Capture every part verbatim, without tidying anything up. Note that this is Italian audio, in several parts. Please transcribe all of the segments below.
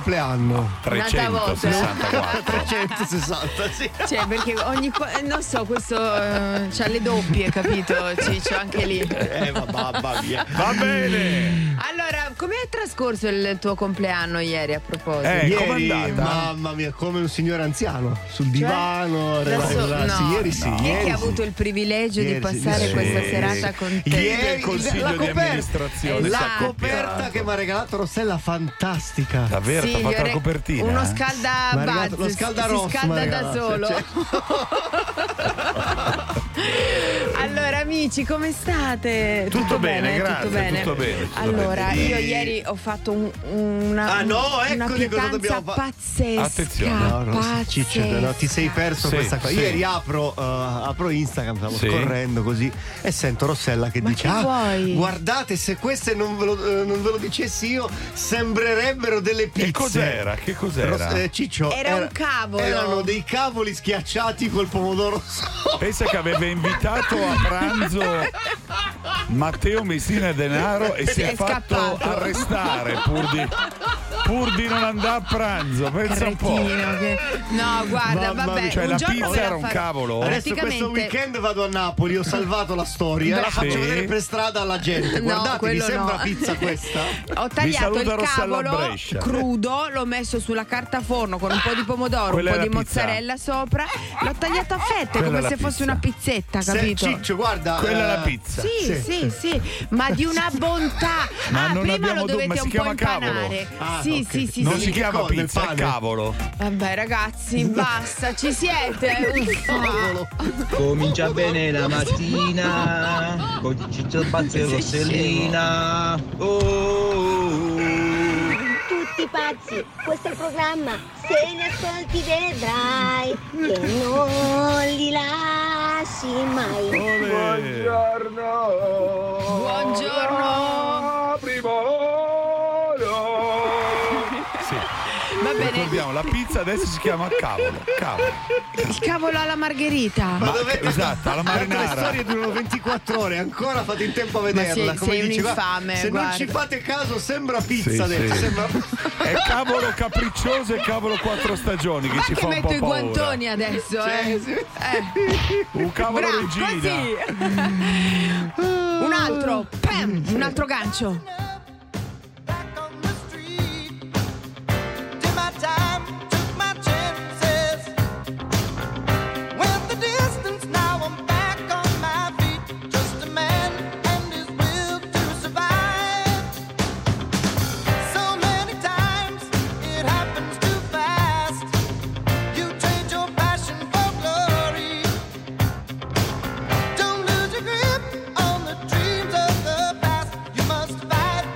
compleanno? trecentosessantaquattro trecentosessanta, sì. Cioè, perché ogni non so, questo uh, c'ha le doppie, capito? Ciccio, anche lì. Eh, ma mamma mia. Va bene. Allora, come è trascorso il tuo compleanno ieri, a proposito? Eh, Ieri, com'è andata? mamma mia, come un signore anziano sul divano. Adesso, rela- no, sì, ieri sì. no. Chi è Ieri che ha sì. avuto il privilegio Ieri di sì, passare sì, questa sì. serata con te? Ieri Del consiglio la di coperta- amministrazione Esatto. si è La coperta accoppiato. che mi ha regalato Rossella, fantastica. Davvero, Sì, ti ha gli fatto ho la re- copertina? Uno eh? scalda Mi ha regalato buzz, lo scalda si rosso, mi ha scalda da regalato, solo. cioè. Allora amici, come state? Tutto bene, grazie, tutto bene. tutto bene, tutto allora, bene. io ieri ho fatto un, una, Ah, no, ecco una di cosa pietanza dobbiamo fa- pazzesca. Attenzione. No, no, pazzesca. Ciccio, no, ti sei perso Sì, questa cosa. sì. Ieri apro, uh, apro Instagram, stavo Sì. scorrendo così e sento Rossella che Ma dice: che ah, vuoi? guardate, se queste non ve, lo, eh, non ve lo dicessi io, sembrerebbero delle pizze. E cos'era? Che cos'era? Ros- eh, Ciccio, Era un cavolo. Erano dei cavoli schiacciati col pomodoro sopra. Pensa che aveva invitato a pranzo Matteo Messina Denaro e si è, È fatto scappato. arrestare pur di, pur di non andare a pranzo. Pensa un po'. Cretino, che- No, guarda, Mamma vabbè. mia. Cioè, un la giorno pizza ve la era un farò. cavolo? Adesso questo Praticamente- weekend vado a Napoli, ho salvato la storia, Beh, la faccio sì. vedere per strada alla gente. No, Guardate, vi quello sembra no. pizza questa? Ho tagliato saluta il Rossella cavolo Brescia. crudo, l'ho messo sulla carta forno con un po' di pomodoro, Quella un po' è di la pizza. mozzarella sopra. L'ho tagliato a fette Quella è come la se fosse pizza. una pizzetta, Se- capito? Ciccio, guarda. Quella è la eh, pizza. Sì, sì, sì, ma di una bontà. Ma ah, non prima abbiamo lo du- dovete ma si un po' chiama cavolo? impanare. Ah, sì, ok. sì, sì, Non sì. si chiama Nel pizza, è pane. cavolo. Vabbè, ragazzi, basta, ci siete. Uffa. Comincia bene la mattina con Ciccio Pazzo e Rossellina. Oh, oh, oh. Tutti pazzi, questo è il programma. Se li ascolti vedrai che non li lasci mai. Buongiorno. Sì. Va bene. Ricordiamo, la pizza adesso si chiama cavolo. Cavolo. Il cavolo alla margherita. Ma dovete- esatto, alla Tanto Le marinara. storie durano ventiquattro ore, ancora fate in tempo a Ma vederla. sei- Come sei un dici, guarda, infame, se guarda. non ci fate caso, sembra pizza Sì, dentro. sì. Sembra... È cavolo capriccioso e cavolo quattro stagioni che Ma ci che fa un metto po' i paura. guantoni adesso, Cioè, eh? sì. Eh. Un cavolo Bravo, regina. così. Un altro, pam, un altro gancio. Don't lose your grip on the dreams of the past. You must fight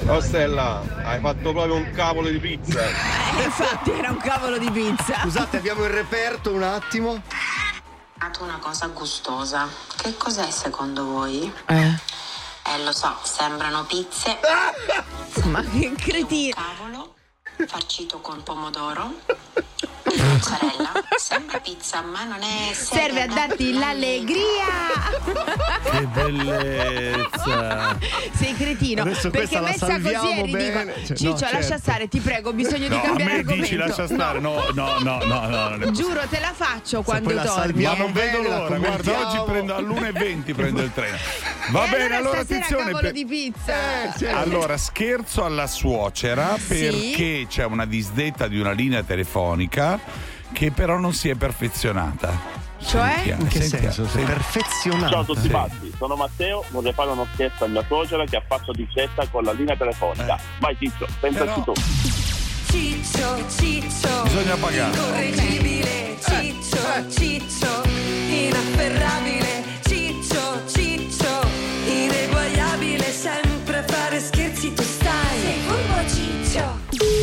Oh Stella, hai fatto proprio un cavolo di pizza. Eh, infatti era un cavolo di pizza. Scusate, abbiamo il reperto un attimo. Una cosa gustosa. Che cos'è secondo voi? Eh. Eh, lo so, sembrano pizze. Ma che cretino. Cavolo, farcito con pomodoro. Mozzarella, sembra pizza, ma non è. Serve a darti l'allegria. Che bellezza. Sei cretino. Adesso perché questa la messa così è salviamo ridicola. bene. Cioè, Ciccio, no, certo. lascia stare, ti prego, ho bisogno No, di a cambiare me argomento. dici lascia stare. No, no, no, no, no, non è Giuro, te la faccio quando poi la torni. salviamo Ma non vedo bene, la l'ora, guarda, commentiamo. oggi prendo all'una e venti prendo il treno. Va E bene, allora allora stasera attenzione. cavolo per- di pizza. certo. Allora, scherzo alla suocera Sì. perché c'è una disdetta di una linea telefonica che però non si è perfezionata. Cioè? Sentiamo, In che sentiamo, senso? Sei sentiamo. perfezionata. Ciao a tutti Sì. pazzi, sono Matteo, vorrei fare uno scherzo a mia suocera che ha fatto disdetta con la linea telefonica. Vai Ciccio, pensaci Però- tu. Ciccio, Ciccio, Bisogna pagare. incorreggibile, Ciccio, Ciccio, inafferrabile, Ciccio, Ciccio, ineguagliabile, sempre a fare scherzi tu stai. Sei furbo Ciccio.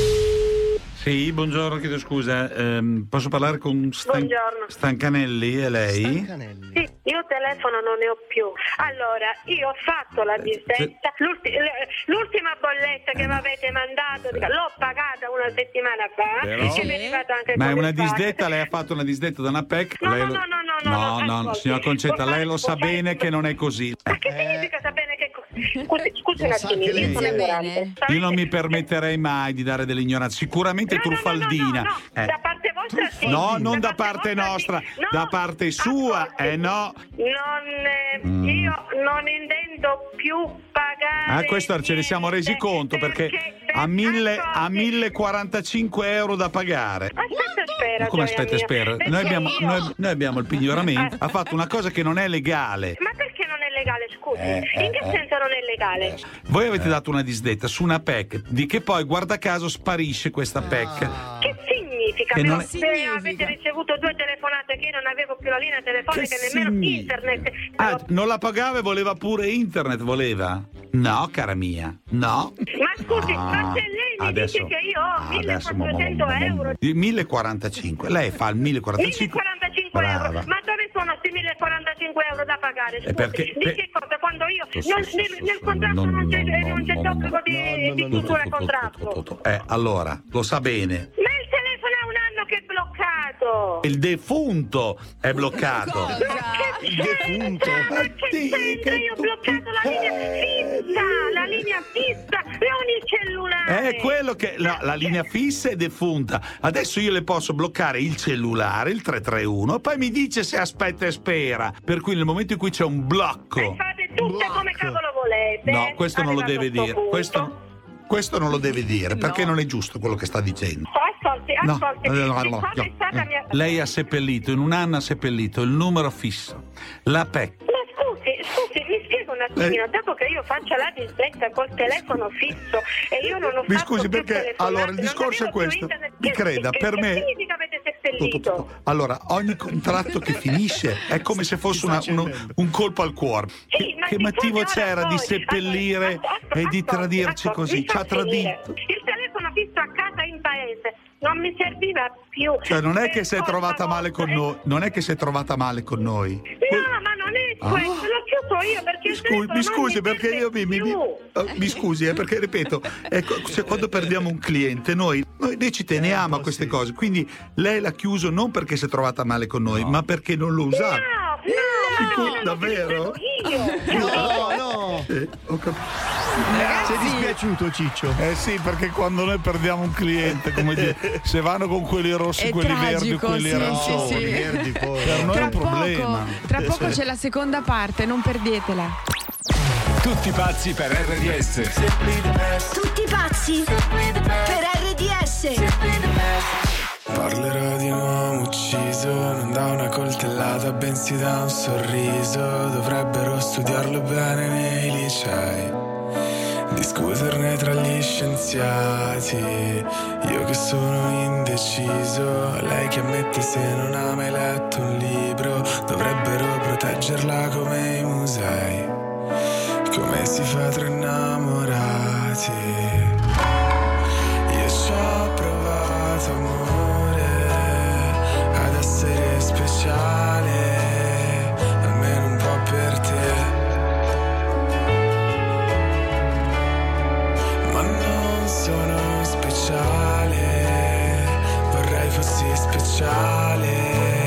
Sì, buongiorno, chiedo scusa. ehm, posso parlare con Stan- Buongiorno. Stancanelli? È lei? Stancanelli. Sì, io telefono non ne ho più. Allora, io ho fatto la disdetta. L'ulti- l'ultima bolletta che mi avete mandato l'ho pagata una settimana fa. Però- Che mi è arrivata anche Ma è con una il fax. disdetta, lei ha fatto una disdetta da una P E C? No, lei no, lo- no, no, no, no, no, no, ascolti. signora Concetta, lei lo sa Vuoi fare- bene che non è così. Ma che Eh, significa sapere che cosa? Scusi, scusi un Lo sa attimino, che io lei- sono Sia ignorante. io non mi permetterei mai di dare dell'ignoranza, sicuramente No, no, no, truffaldina. no, no, no. Eh. Da parte vostra sì. No, non da parte vostra nostra, sì. No, da parte sua, ascolti. eh no. Non, eh, Mm. io non intendo più pagare. Ah, questo ce ne siamo resi niente, conto perché a mille a ascolti. mille quarantacinque euro da pagare. Aspetta e spera. Ma come gioia aspetta e mia. spera? Perché Noi abbiamo, io- noi, noi abbiamo il pignoramento. Ha fatto una cosa che non è legale. Ma perché non è legale, scusi? Eh, eh, In che eh. senso non è legale? Voi avete dato una disdetta su una P E C, di che poi, guarda caso, sparisce questa P E C. Che significa? Che Però non è- se Significa. avete ricevuto due telefonate che io non avevo più la linea telefonica Che e nemmeno significa? internet. Ah, non la pagava e voleva pure internet, voleva? No, cara mia, no. Ma scusi, ma se lei mi adesso, dice che io ho adesso, millequattrocento euro. Di mille quarantacinque, lei fa il mille quarantacinque. millequarantacinque Brava. euro, ma dove sono questi millequarantacinque euro da pagare? Scusi, Eh, perché- di per- che cosa? Quando io Sì, non- sì, nel, sì, nel sì, contratto no, non c'è, no, non c'è no, tocco no, di, no, di no, no, chiusura no, contratto. Eh, allora, lo sa bene. Ma il telefono è un anno che è bloccato. Il defunto è bloccato. Cosa? Che Il defunto. Ma che c'entra? Io ho bloccato la linea fissa, la linea fissa, non il cellulare. È quello che la, la linea fissa è defunta. Adesso io le posso bloccare il cellulare, il tre tre uno, poi mi dice se aspetta e spera. Per cui nel momento in cui c'è un blocco. E fate tutte come cavolo volete. No, questo non lo Arrivato deve a sto dire. punto. Questo, questo non lo deve dire, perché non è giusto quello che sta dicendo. Ascolti, No, ascolti, no, no, no, siccome no. è stata mia... Lei ha seppellito, in un anno ha seppellito il numero fisso, la P E C. Ma scusi, scusi, mi spiego un attimino, dopo che io faccio la disdetta col telefono fisso e io non ho Mi fatto scusi, più perché telefonate, allora il non discorso è avevo più questo. internet. Mi Che- creda, che- per che me. significa avete Tu, tu, seppellito? tu. Allora, ogni contratto che finisce è come se fosse una- uno- un colpo al cuore. Sì, ma che diciamo motivo ora c'era voi- di seppellire allora, ascolti, e di ascolti, tradirci ascolti, così? mi Ci ha fa finire. tradito. Il telefono fisso a casa in paese non mi serviva più. Cioè, non è che Per si è colpa trovata male con vostra. noi, non è che si è trovata male con noi. No, ma non è Ah. questo, l'ho chiuso io perché il Scusi, telefono mi non scusi perché serve io mi, mi- mi- più. oh, mi scusi, eh, perché ripeto, ecco, se quando perdiamo un cliente noi, noi, noi ci teniamo a queste cose, quindi lei l'ha chiuso non perché si è trovata male con noi, ma perché non lo usava. No, no, Sicuro, no, no, davvero? io. No, no. Eh, ho capito. Sei dispiaciuto, Ciccio? Eh sì, perché quando noi perdiamo un cliente, come dire, se vanno con quelli rossi, È quelli verdi, tragico, quelli sì, arancioni, sì, sì. Verdi, poi. per noi è Tra un problema. poco, tra poco c'è la seconda parte, non perdetela. Tutti pazzi per R D S. Tutti pazzi per R D S. Parlerò di un uomo ucciso, non da una coltellata bensì da un sorriso. Dovrebbero studiarlo bene nei licei, discuterne tra gli scienziati. Io che sono indeciso, lei che ammette se non ha mai letto un libro. Dovrebbero proteggerla come i musei. Come si fa tra innamorati? amati. Io ci ho provato amore ad essere speciale, almeno un po' per te, ma non sono speciale, vorrei fossi speciale.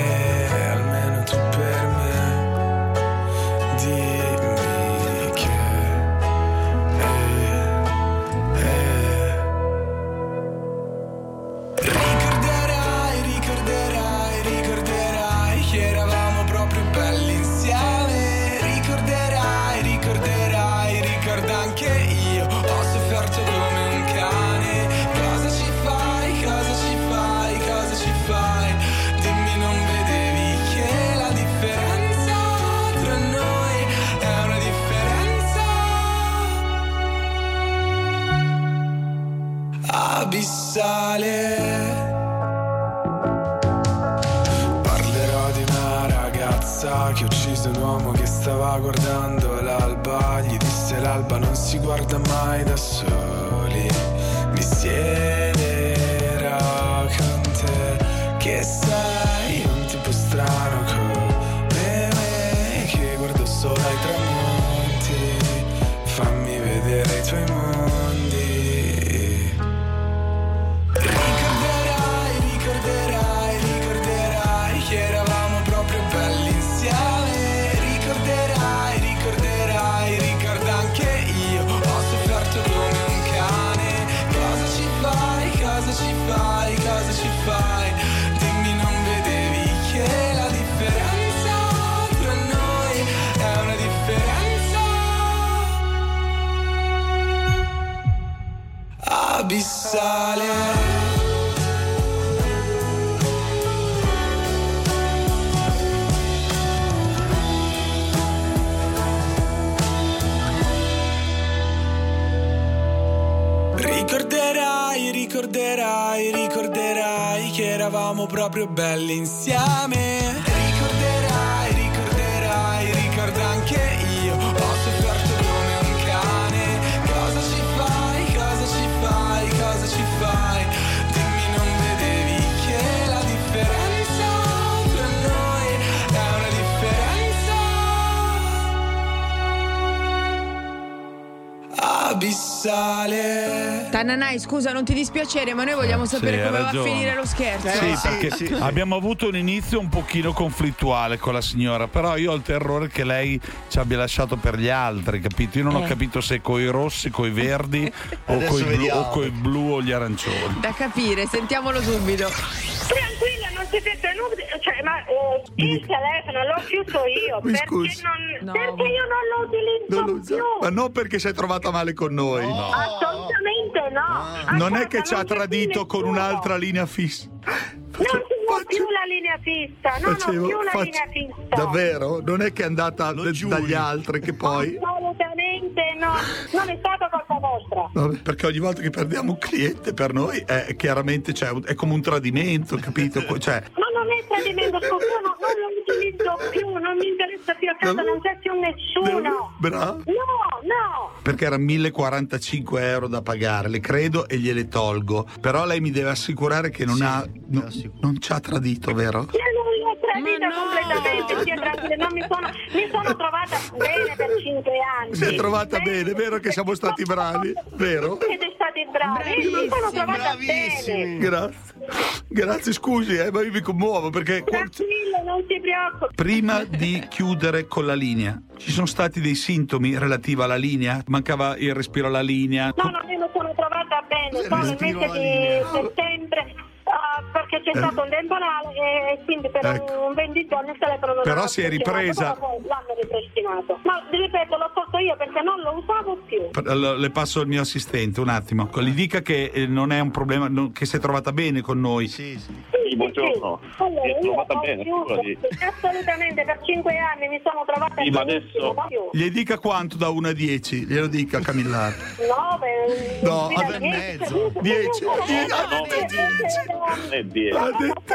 Parlerò di una ragazza che ha ucciso un uomo che stava guardando l'alba. Gli disse l'alba non si guarda mai da soli. Mi siederò con te, che sei un tipo strano come me, che guardo solo ai tramonti. Fammi vedere i tuoi mondi. Abissale. Ricorderai, ricorderai, ricorderai che eravamo proprio belli insieme. Ricorderai, ricorderai, ricorda anche io, ho sofferto come un cane. Cosa ci fai, cosa ci fai, cosa ci fai? Dimmi, non vedevi che la differenza tra noi è una differenza abissale. Tananai, scusa, non ti dispiacere, ma noi vogliamo sapere sì, come va a ragione. finire lo scherzo. Sì, eh? perché sì, abbiamo avuto un inizio un pochino conflittuale con la signora, però io ho il terrore che lei ci abbia lasciato per gli altri, capito? Io non Eh. ho capito se coi rossi, coi verdi o coi, blu, o coi blu o gli arancioni. Da capire, sentiamolo subito. Tranquilla, non si è tenuti, cioè, ma eh, il telefono l'ho chiuso io, Mi perché, scusi. non, No. perché io non lo utilizzo Non lo so. più. Ma non perché sei trovata male con noi. Assolutamente no. Non è che ci ha Assolutamente tradito sì, con nessuno. un'altra linea fissa. Non si può più la linea fissa, non Facevo- ho più la faccio- linea fissa. Davvero? Non è che è andata d- dagli altri che poi... Assolutamente no, non è stata colpa vostra. Vabbè, perché ogni volta che perdiamo un cliente per noi è chiaramente, cioè, è come un tradimento, capito? Cioè, Ma non è tradimento, scusa, no, non lo utilizzo più, non mi interessa più a casa, non c'è più nessuno. bravo. No, no. Perché erano mille e quarantacinque euro da pagare, le credo e gliele tolgo. Però lei mi deve assicurare che non ha no- non ci ha tradito, vero? Io non l'ho tradita completamente, sia tranquilla, non mi sono, mi sono trovata bene per cinque anni. Si è trovata bene, vero che siamo stati bravi, vero? Siete stati bravi, mi sono trovata bene. Grazie. Grazie, scusi, eh, ma io mi commuovo perché Tranquillo, non si preoccupi. prima di chiudere con la linea ci sono stati dei sintomi relativi alla linea? Mancava il respiro alla linea? No, no, io mi sono trovata bene, solo il Respiro mese alla di linea. settembre, ah, perché c'è Eh. stato un temporale e quindi per Ecco. un venti giorni il telefono non Però l'ha si è ripristinato, ripresa. però poi l'hanno ripristinato. Ma ripeto, l'ho fatto io perché non lo usavo più. Allora, le passo il mio assistente un attimo. Gli dica che eh, non è un problema, no- che si è trovata bene con noi. Sì, buongiorno. Allora, Mi è io trovata ho bene, chiuso, figurati. assolutamente, per cinque anni mi sono trovata Sì, ma benissimo, adesso- ma più. Gli dica quanto da uno a dieci, glielo dica Camillari. nove, No, fino a ad- dieci, mezzo. dieci, dieci, ha detto E dieci. Ha detto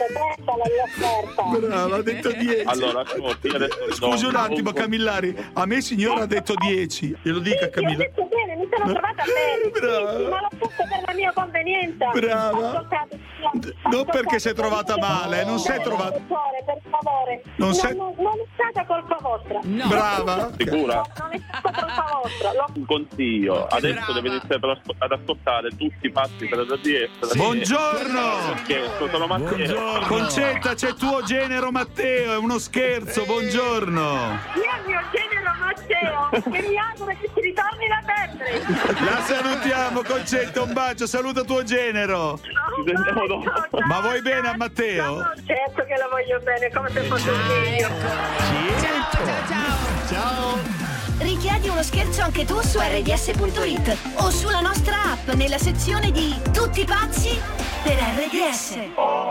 Brava, ha detto dieci. Allora, ascolti, io adesso Scusi un attimo, Camillari, a me signora ha detto dieci, glielo dica Ho Camillari. detto bene, mi sono trovata bene, ma l'ho fatto per la mia convenienza. Brava. Ascoltate, Non perché sei trovata male, non sei trovata. Per favore, Non non, sei- non, non è stata colpa vostra. No. Brava. Sicura? No, non è stata colpa vostra. L'ho Un consiglio, adesso brava. deve iniziare ad asco- ad ascoltare tutti i passi per R D S. Buongiorno. Scherzo, sono Matteo. Concetta, c'è tuo genero Matteo, è uno scherzo, buongiorno. Io il mio genero Matteo, che mi auguro che si ritorni da perdere. La salutiamo, Concetta, un bacio, saluta tuo genero. Ci sentiamo dopo. Ma vuoi bene a Matteo? Certo che la voglio bene, come se fosse un figlio. Ciao, ciao, ciao. Ciao. Richiedi uno scherzo anche tu su erre di esse punto it o sulla nostra app nella sezione di Tutti pazzi per erre di esse.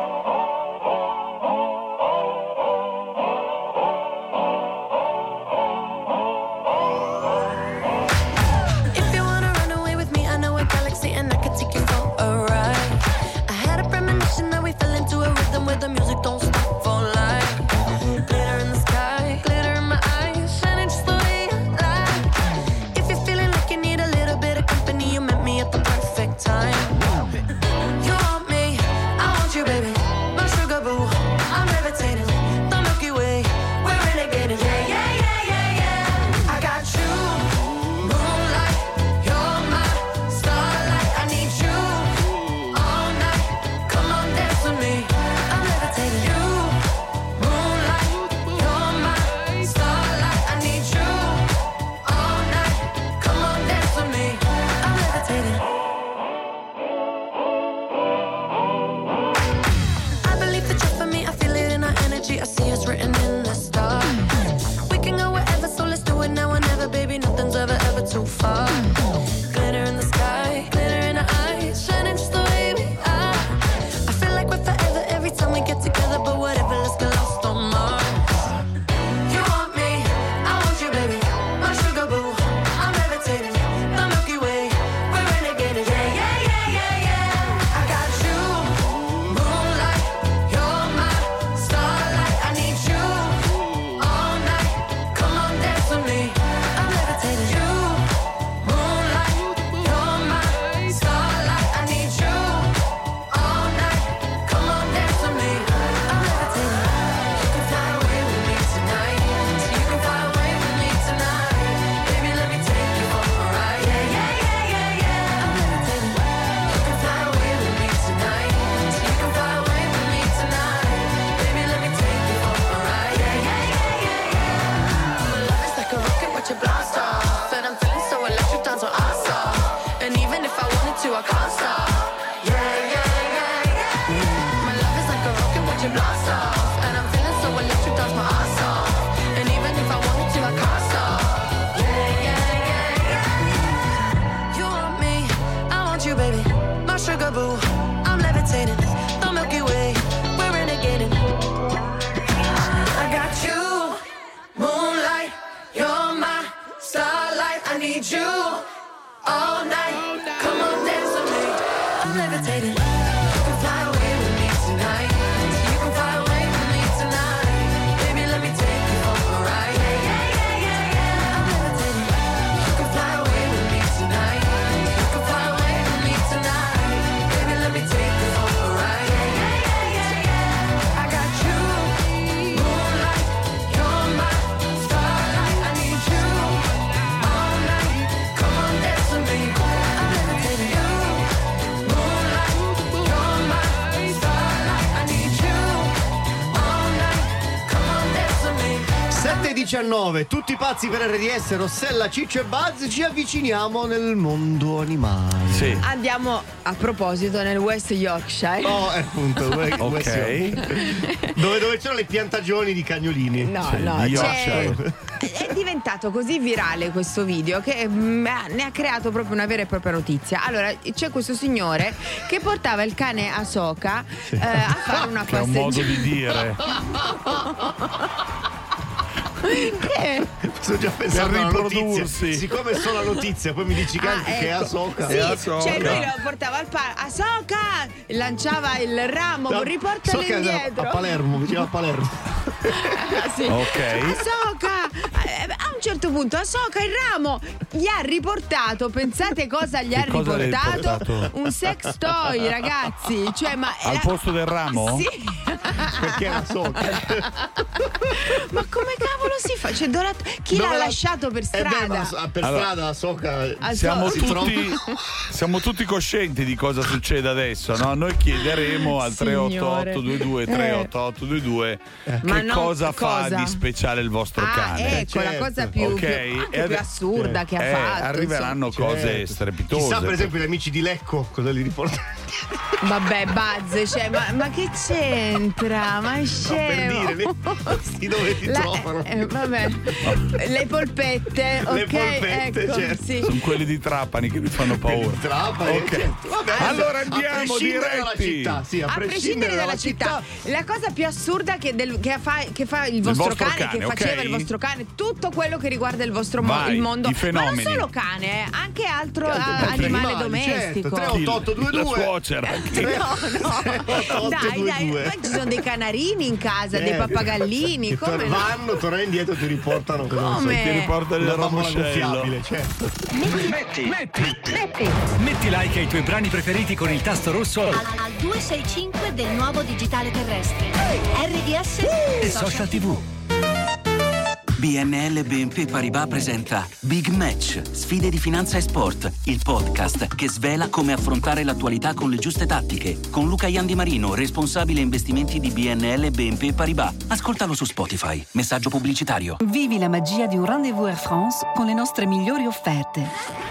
If you wanna run away with me, I know a galaxy and I can take you for a ride. I had a premonition that we fell into a rhythm where the music don't stop for life. Glitter in the sky, glitter in my eyes, shining just the way I like. If you're feeling like you need a little bit of company, you met me at the perfect time. You want me, I want you, baby. My sugar boo, I'm levitating. The Milky Way, we're renegading. Yeah, yeah, yeah, yeah, yeah. I got you. Moonlight, you're my starlight. I need you all night. Come on, dance with me. I'm levitating. You, moonlight, you're my starlight. I need you all night. Come on, dance with me. I'm levitating. I believe that you're for me. I feel it in our energy. I see us written in the stars. We can go wherever, so let's do it now or never, baby. Nothing's ever, ever too far. Glitter in the sky, glitter in our eyes, shining just the way we are. I feel like we're forever every time we get together, but whatever, let's get lost on Mars. You want me, I want you, baby. My sugar boo, I'm levitating. The Milky Way, we're renegading. Yeah, yeah, yeah, yeah, yeah. I got you, moonlight, you're my starlight. I need you all night. Come on, dance with me. I'm levitating. You, moonlight, you're my starlight. I need you all night. Come on, dance with me. I'm levitating. You can fly away with me tonight. So you can fly away with me tonight. Baby, let me take you for a ride. Yeah, yeah, yeah, yeah, yeah. I'm levitating. You can fly away with me tonight. So you can fly away with me tonight. Baby, let me take you for a ride. Yeah, yeah, yeah, yeah, yeah. My love is like a rocket, watch it blast off. And I'm feeling so electric, down so awesome. And even if I wanted to, I can't stop. Yeah, yeah, yeah, yeah. My love is like a rocket, watch it blast off. And I'm feeling so electric, down my ass off. And even if I wanted to, I can't stop. Yeah, yeah, yeah, yeah. You want me, I want you, baby. My sugar boo, I'm levitating. The Milky Way, we're renegading. I got you, moonlight, you're my starlight. I need you all night. Come on, dance with me. I'm levitating. You can fly away with me tonight. You can fly away with me tonight. Baby, let me take you for a ride. Yeah, yeah, yeah, yeah, yeah. I'm levitating. You can fly away with me tonight. You can fly away with me tonight. Baby, let me take you for a ride. Yeah, yeah, yeah, yeah, yeah. I got you, moonlight, you're my starlight. I need you all night. Come on, dance with me. I'm levitating. You, moonlight, you're my starlight. I need you all night. Come on, dance with me. sette e diciannove, tutti pazzi per R D S, Rossella, Ciccio e Buzz, ci avviciniamo nel mondo animale. Sì. Andiamo a proposito nel West Yorkshire. Oh, è appunto. Ok. Dove, dove c'erano le piantagioni di cagnolini. No, Sì, no, di c'è, Yorkshire. è diventato così virale questo video che mm, ne ha creato proprio una vera e propria notizia. Allora, c'è questo signore che portava il cane Ahsoka eh, a fare una Che è un passeggiata. modo di dire. Che? Sto già pensando Per alla notizia. riprodursi. Siccome so la notizia, poi mi dici che, Ah, anche che è ecco. Ahsoka. Sì, È Ahsoka. cioè lui lo portava al pa- Ahsoka, lanciava il ramo, No, riportalo so che era indietro. a Palermo, vicino a Palermo. Ah, sì. Ok. Ahsoka. Eh, a un certo certo punto Ahsoka il ramo gli ha riportato, pensate cosa gli Che ha cosa le hai riportato? riportato? Un sex toy, ragazzi. Cioè, ma Al la- posto del ramo? Sì. Perché era Ahsoka. Ma come cavolo si fa? Cioè, Dora- chi Dove l'ha la- lasciato per Eh beh, strada? ma per Allora, strada Ahsoka Siamo si tutti, trova- siamo tutti coscienti di cosa succede adesso, no? Noi chiederemo al tre otto otto due due tre otto otto due due Ma che non- cosa, fa cosa? di speciale il vostro Ah, cane. ecco, la certo. cosa più, Ok? più, anche E più ade- assurda che ha eh, fatto. arriveranno insomma. cose Certo. strepitose. Chissà per esempio gli amici di Lecco cosa li riportano. Vabbè, Buzz, cioè, ma, ma che c'entra? Ma è scemo. Per dire, vedi dove ti La- trovano. eh, vabbè. Le polpette, ok? Le polpette, ecco, certo. sì. Sono quelli di Trapani che mi fanno paura. Trapani, Ok. certo. Vabbè, Allora a andiamo prescindere dalla diretti. città, sì, a, A prescindere dalla città, la cosa più assurda che, del- che fa, che fa il vostro, vostro cane, cane, che faceva ok? il vostro cane, tutto quello che riguarda il vostro mo- Vai, il mondo, i fenomeni. ma non solo cane, eh, anche altro Altri ah, animale animali, domestico. certo. tre otto otto due La due suocera. No, no, dai, dai, ma ci sono dei canarini in casa, dei Eh, pappagallini, che come tor- no? vanno, tornano indietro e ti riportano cosa ne so, Come? Ti riportano il una bambola ramoscello. gonfiabile, certo. Metti, metti, metti. Metti like ai tuoi brani preferiti con il tasto rosso Al, al duecentosessantacinque del nuovo digitale terrestre. R D S e social tivù. B N L B N P Paribas presenta Big Match, sfide di finanza e sport, il podcast che svela come affrontare l'attualità con le giuste tattiche. Con Luca Iandi Marino, responsabile investimenti di B N L B N P Paribas. Ascoltalo su Spotify. Messaggio pubblicitario. Vivi la magia di un rendezvous Air France con le nostre migliori offerte.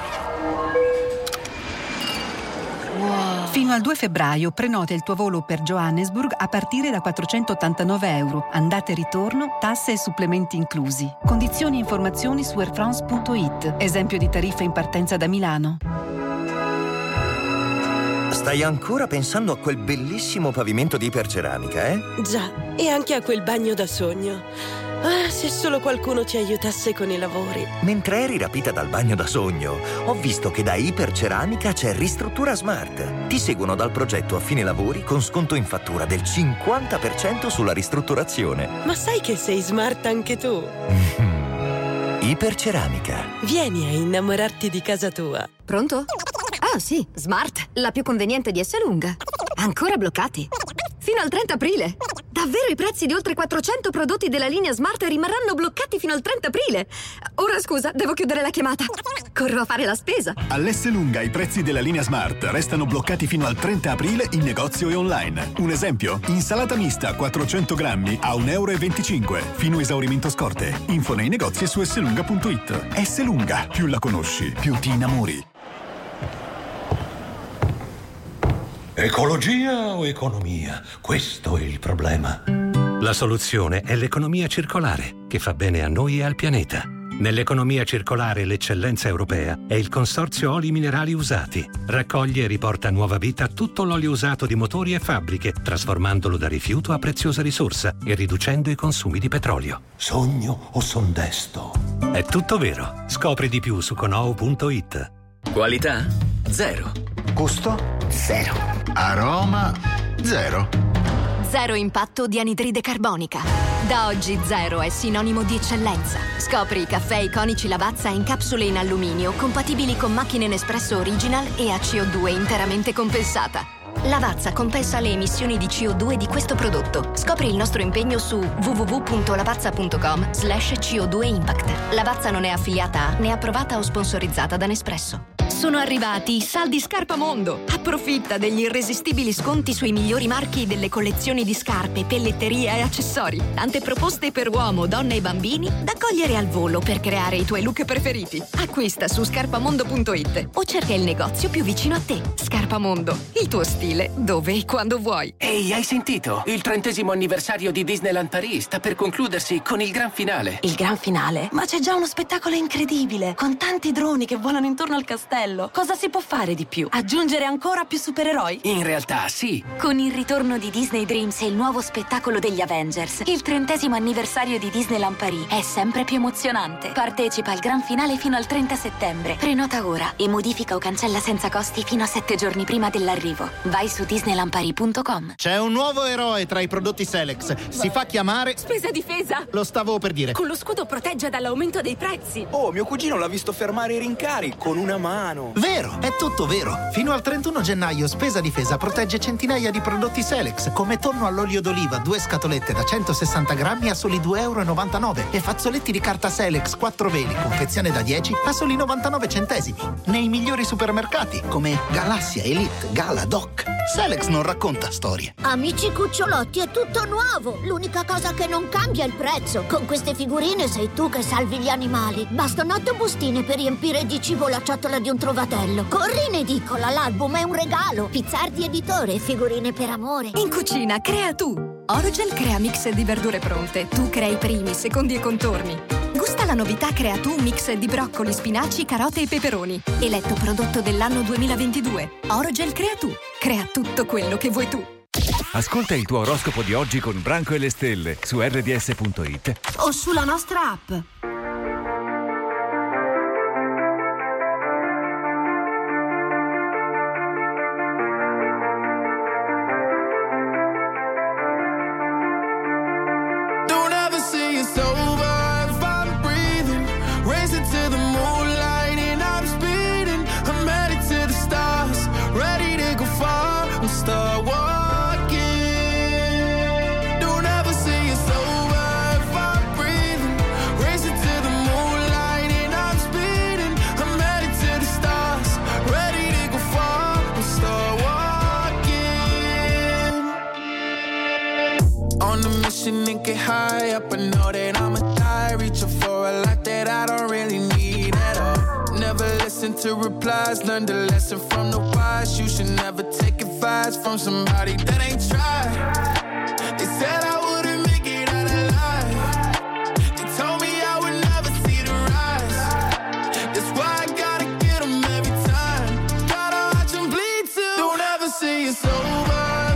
Fino al due febbraio prenota il tuo volo per Johannesburg a partire da quattrocentottantanove euro. Andata e ritorno, tasse e supplementi inclusi. Condizioni e informazioni su airfrance punto it. Esempio di tariffa in partenza da Milano. Stai ancora pensando a quel bellissimo pavimento di iperceramica, eh? Già, e anche a quel bagno da sogno. Ah, se solo qualcuno ci aiutasse con i lavori. Mentre eri rapita dal bagno da sogno, ho visto che da Iperceramica c'è Ristruttura Smart. Ti seguono dal progetto a fine lavori con sconto in fattura del cinquanta per cento sulla ristrutturazione. Ma sai che sei smart anche tu? Iperceramica. Vieni a innamorarti di casa tua. Pronto? Ah sì, Smart, la più conveniente di Esselunga. Ancora bloccati? Fino al trenta aprile. Davvero i prezzi di oltre quattrocento prodotti della linea Smart rimarranno bloccati fino al trenta aprile. Ora scusa, devo chiudere la chiamata. Corro a fare la spesa. All'Esselunga i prezzi della linea Smart restano bloccati fino al trenta aprile in negozio e online. Un esempio, insalata mista quattrocento grammi a un euro e venticinque, fino a esaurimento scorte. Info nei negozi e su esselunga punto it. Esselunga, più la conosci, più ti innamori. Ecologia o economia? Questo è il problema. La soluzione è l'economia circolare, che fa bene a noi e al pianeta. Nell'economia circolare l'eccellenza europea è il Consorzio Oli Minerali Usati. Raccoglie e riporta nuova vita tutto l'olio usato di motori e fabbriche, trasformandolo da rifiuto a preziosa risorsa e riducendo i consumi di petrolio. Sogno o son desto? È tutto vero. Scopri di più su conou punto it. Qualità? Zero. Gusto? Zero. Aroma? Zero. Zero impatto di anidride carbonica. Da oggi zero è sinonimo di eccellenza. Scopri i caffè iconici Lavazza in capsule in alluminio compatibili con macchine Nespresso Original e a C O due interamente compensata. Lavazza compensa le emissioni di C O due di questo prodotto. Scopri il nostro impegno su w w w punto lavazza punto com slash C O due Impact. Lavazza non è affiliata a né approvata o sponsorizzata da Nespresso. Sono arrivati i saldi Scarpamondo. Approfitta degli irresistibili sconti sui migliori marchi delle collezioni di scarpe, pelletteria e accessori. Tante proposte per uomo, donne e bambini da cogliere al volo per creare i tuoi look preferiti. Acquista su scarpamondo punto it o cerca il negozio più vicino a te. Scarpamondo, il tuo stile dove e quando vuoi. Ehi, hai sentito? Il trentesimo anniversario di Disneyland Paris sta per concludersi con il gran finale. Il gran finale? Ma c'è già uno spettacolo incredibile, con tanti droni che volano intorno al castello. bello. Cosa si può fare di più? Aggiungere ancora più supereroi? In realtà sì. Con il ritorno di Disney Dreams e il nuovo spettacolo degli Avengers, il trentesimo anniversario di Disneyland Paris è sempre più emozionante. Partecipa al gran finale fino al trenta settembre. Prenota ora e modifica o cancella senza costi fino a sette giorni prima dell'arrivo. Vai su disneyland paris punto com. C'è un nuovo eroe tra i prodotti Selex. Si fa chiamare... Spesa difesa! Lo stavo per dire. Con lo scudo protegge dall'aumento dei prezzi. Oh, mio cugino l'ha visto fermare i rincari con una mano. Vero, è tutto vero. Fino al trentuno gennaio Spesa Difesa protegge centinaia di prodotti Selex, come tonno all'olio d'oliva, due scatolette da centosessanta grammi a soli due e novantanove euro e fazzoletti di carta Selex quattro veli, confezione da dieci a soli novantanove centesimi. Nei migliori supermercati come Galassia, Elite, Gala, Doc. Selex non racconta storie. Amici cucciolotti, è tutto nuovo. L'unica cosa che non cambia è il prezzo. Con queste figurine sei tu che salvi gli animali. Bastano otto bustine per riempire di cibo la ciotola di un trovatello. Corri in edicola, l'album è un regalo. Pizzardi editore, figurine per amore. In cucina crea tu. Orogel crea mix di verdure pronte. Tu crei primi, secondi e contorni. Gusta la novità Crea tu mix di broccoli, spinaci, carote e peperoni. Eletto prodotto dell'anno duemilaventidue. Orogel crea tu. Crea tutto quello che vuoi tu. Ascolta il tuo oroscopo di oggi con Branco e le stelle su erre di esse punto it O sulla nostra app. And get high up, I know that I'ma die. Reaching for a lot that I don't really need at all. Never listen to replies, learn the lesson from the wise. You should never take advice from somebody that ain't tried. They said I wouldn't make it out alive. They told me I would never see the rise. That's why I gotta get them every time. Gotta watch them bleed too. Don't ever say it's over.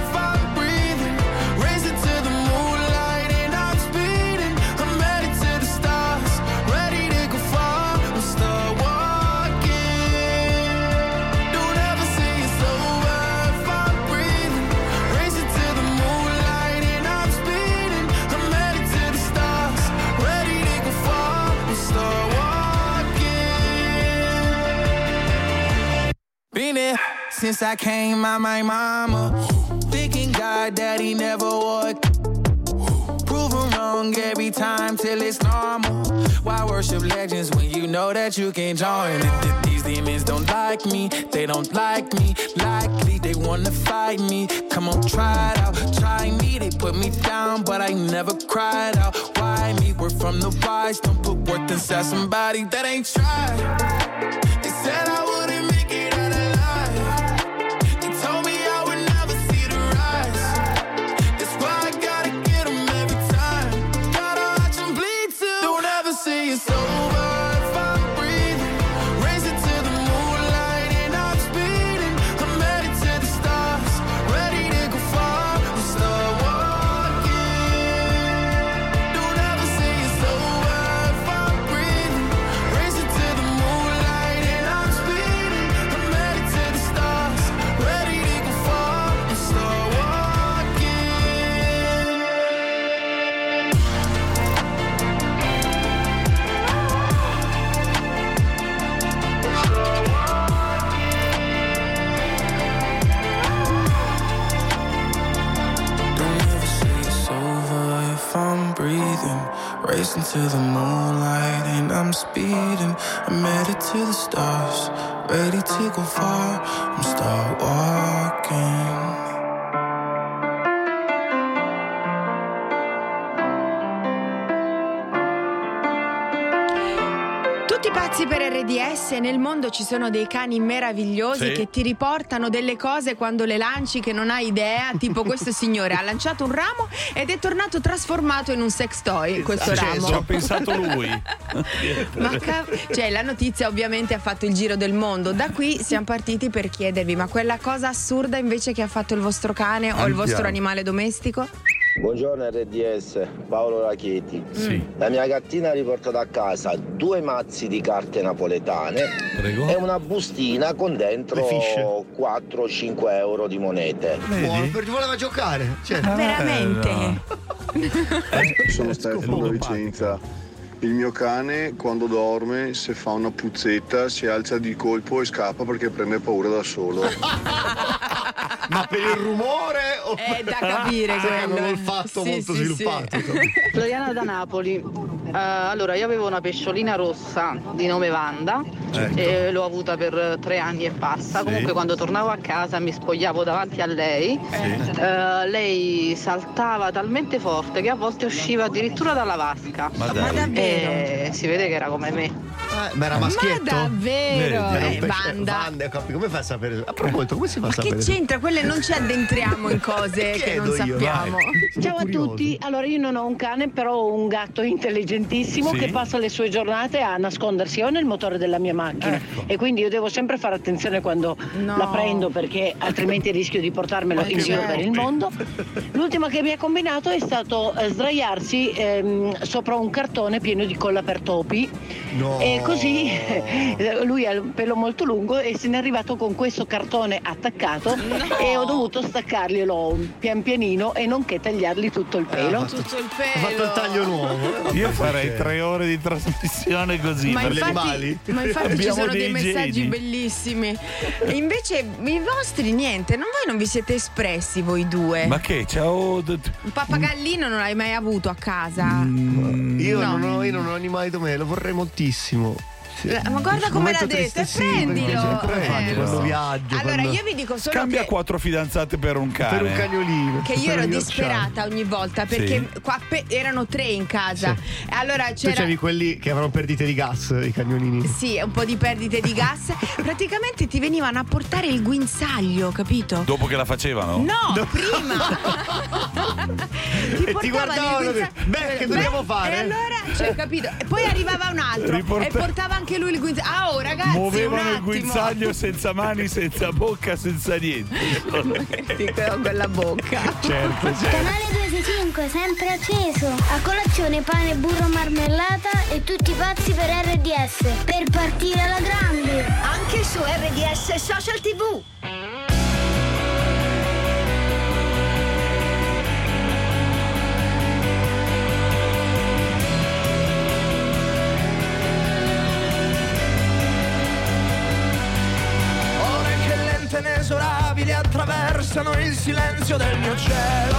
Since I came out my mama, thinking God that he never would. Proven wrong every time till it's normal. Why worship legends when you know that you can't join? These demons don't like me, they don't like me. Likely they wanna fight me. Come on, try it out, try me. They put me down, but I never cried out. Why me? We're from the wise, don't put worth inside somebody that ain't tried. They said I wouldn't make it out alive. Say it's over if I'm breathing. Racing to the moonlight and I'm speeding. I'm headed to the stars, ready to go far and start walking. Don't ever say it's over if I'm breathing. Racing to the moonlight and I'm speeding. I'm headed to the stars, ready to go far and start walking. I'm breathing, racing to the moonlight and I'm speeding. I'm headed to the stars, ready to go far. I'm start walking. Tutti pazzi per R D S. Nel mondo ci sono dei cani meravigliosi Sì. che ti riportano delle cose quando le lanci che non hai idea. Tipo questo signore ha lanciato un ramo ed è tornato trasformato in un sex toy. Questo Cioè, ramo ci ha pensato lui. Ma ca- cioè, la notizia ovviamente ha fatto il giro del mondo. Da qui siamo partiti per chiedervi: ma quella cosa assurda invece che ha fatto il vostro cane o il Andiamo. vostro animale domestico? Buongiorno R D S, Paolo Rachetti. Sì. La mia gattina ha riportato a casa due mazzi di carte napoletane Prego. e una bustina con dentro quattro cinque euro di monete. Buono, perché voleva giocare. Cioè, Veramente? Sono Stefano da Vicenza. Il mio cane quando dorme, se fa una puzzetta, si alza di colpo e scappa perché prende paura da solo. Ma per il rumore o È da capire Cioè, quello. un olfatto Sì, molto sì, sviluppato. Floriana da Napoli. Eh, allora, io avevo una pesciolina rossa di nome Wanda Ecco. e l'ho avuta per tre anni e passa. Sì. Comunque, quando tornavo a casa mi spogliavo davanti a lei. Sì. Eh, lei saltava talmente forte che a volte usciva addirittura dalla vasca. Ma dai. Ma davvero? E si vede che era come me. Eh, ma era maschietto? Ma davvero? Vedi, era un Eh, pesce- Wanda. Wanda, capi- come fai a sapere? A proposito, come si fa a Ma che sapere? c'entra? Quelle non ci addentriamo in cose che non Chiedo io, sappiamo. Ciao a tutti, allora io non ho un cane però ho un gatto intelligentissimo Sì. che passa le sue giornate a nascondersi o nel motore della mia macchina e quindi io devo sempre fare attenzione quando No. la prendo perché altrimenti rischio di portarmelo Ma in giro certo. per il mondo. L'ultima che mi ha combinato è stato eh, sdraiarsi ehm, sopra un cartone pieno di colla per topi No. e così eh, lui ha il pelo molto lungo e se n'è arrivato con questo cartone attaccato e ho dovuto staccarglielo pian pianino e nonché tagliargli tutto il pelo. Tutto il Ha fatto il taglio nuovo. Io farei tre ore di trasmissione così Ma per gli infatti, animali. ma infatti ci Abbiamo sono dei messaggi geni. bellissimi. E invece i vostri niente, non, voi non vi siete espressi voi due. Ma che? Ciao. Un pappagallino non l'hai mai avuto a casa? Io, No. non ho, io non ho animali domestici, lo vorrei moltissimo. Sì. Eh, Ma guarda come l'ha Momento detto, e triste, sì, prendilo. perché sempre Eh, quando lo so. viaggio. Allora quando- io vi dico solo Scambia che quattro fidanzate per un cane. Per un cagnolino. che io per ero un disperata ogni volta perché Sì. qua pe- erano tre in casa. Allora Tu c'era c'avevi quelli che avevano perdite di gas, i cagnolini. sì, un po' di perdite di gas. Praticamente ti venivano a portare il guinzaglio, capito? Dopo che la facevano? No, prima. E ti guardavano. il Beh, che dobbiamo fare? E allora, cioè, capito? E poi arrivava un altro Riporta- e portava anche lui il guinzaglio. Ah, oh, ragazzi, Muovevano un il attimo. guinzaglio senza mani, senza bocca, senza niente. Dico, con la bocca. Certo, certo. Canale duemilacinque sempre acceso. A colazione pane, burro, marmellata e tutti pazzi per R D S. Per partire alla grande. Anche su R D S Social ti vu. Ore che lente e inesorabili attraversano il silenzio del mio cielo,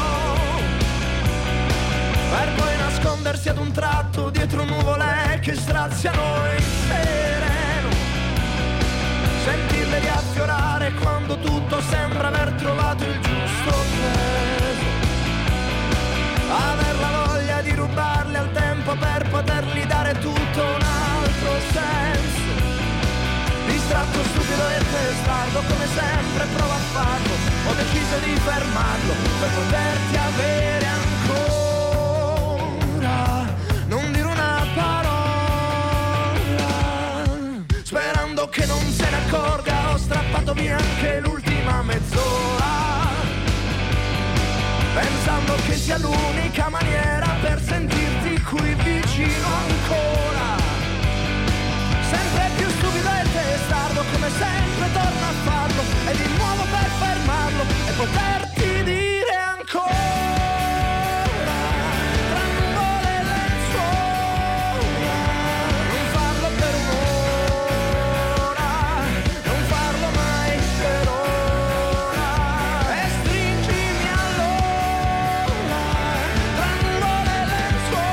per poi nascondersi ad un tratto dietro nuvole che straziano il sereno, sentirle riaffiorare quando tutto sembra aver trovato il giusto peso, aver la voglia di rubarle al tempo per potergli dare tutto un altro senso. Distratto, stupido e testardo, come sempre provo a farlo. Ho deciso di fermarlo per poterti avere ancora. Non dire una parola, sperando che non se ne accorga. Ho strappato via anche l'ultima mezz'ora, pensando che sia l'unica maniera per sentirti qui vicino ancora. Sempre più stupido e testardo, come sempre torno a farlo, e di nuovo per fermarlo e poterti dire ancora. Tra nuvole e lenzuola, non farlo per un'ora, non farlo mai per ora, e stringimi allora. Tra nuvole e lenzuola,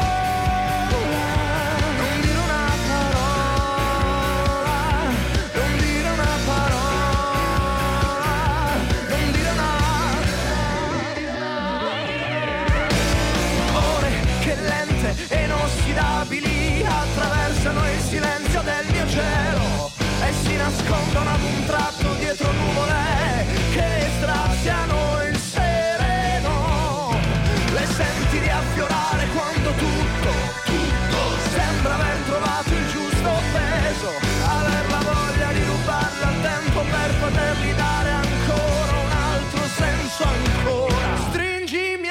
nascondono ad un tratto dietro nuvole che straziano il sereno. Le senti riaffiorare quando tutto, tutto sembra aver trovato il giusto peso, aver la voglia di rubarle al tempo per potergli dare ancora un altro senso ancora. Stringimi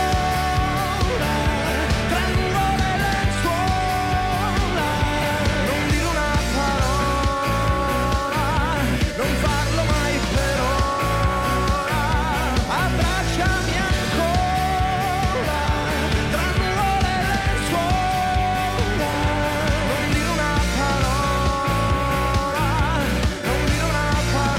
allora tra nuvole e lenzuola, non dire una parola, non farlo mai per ora, abbracciami ancora tra nuvole e lenzuola, non dire una parola, non dire una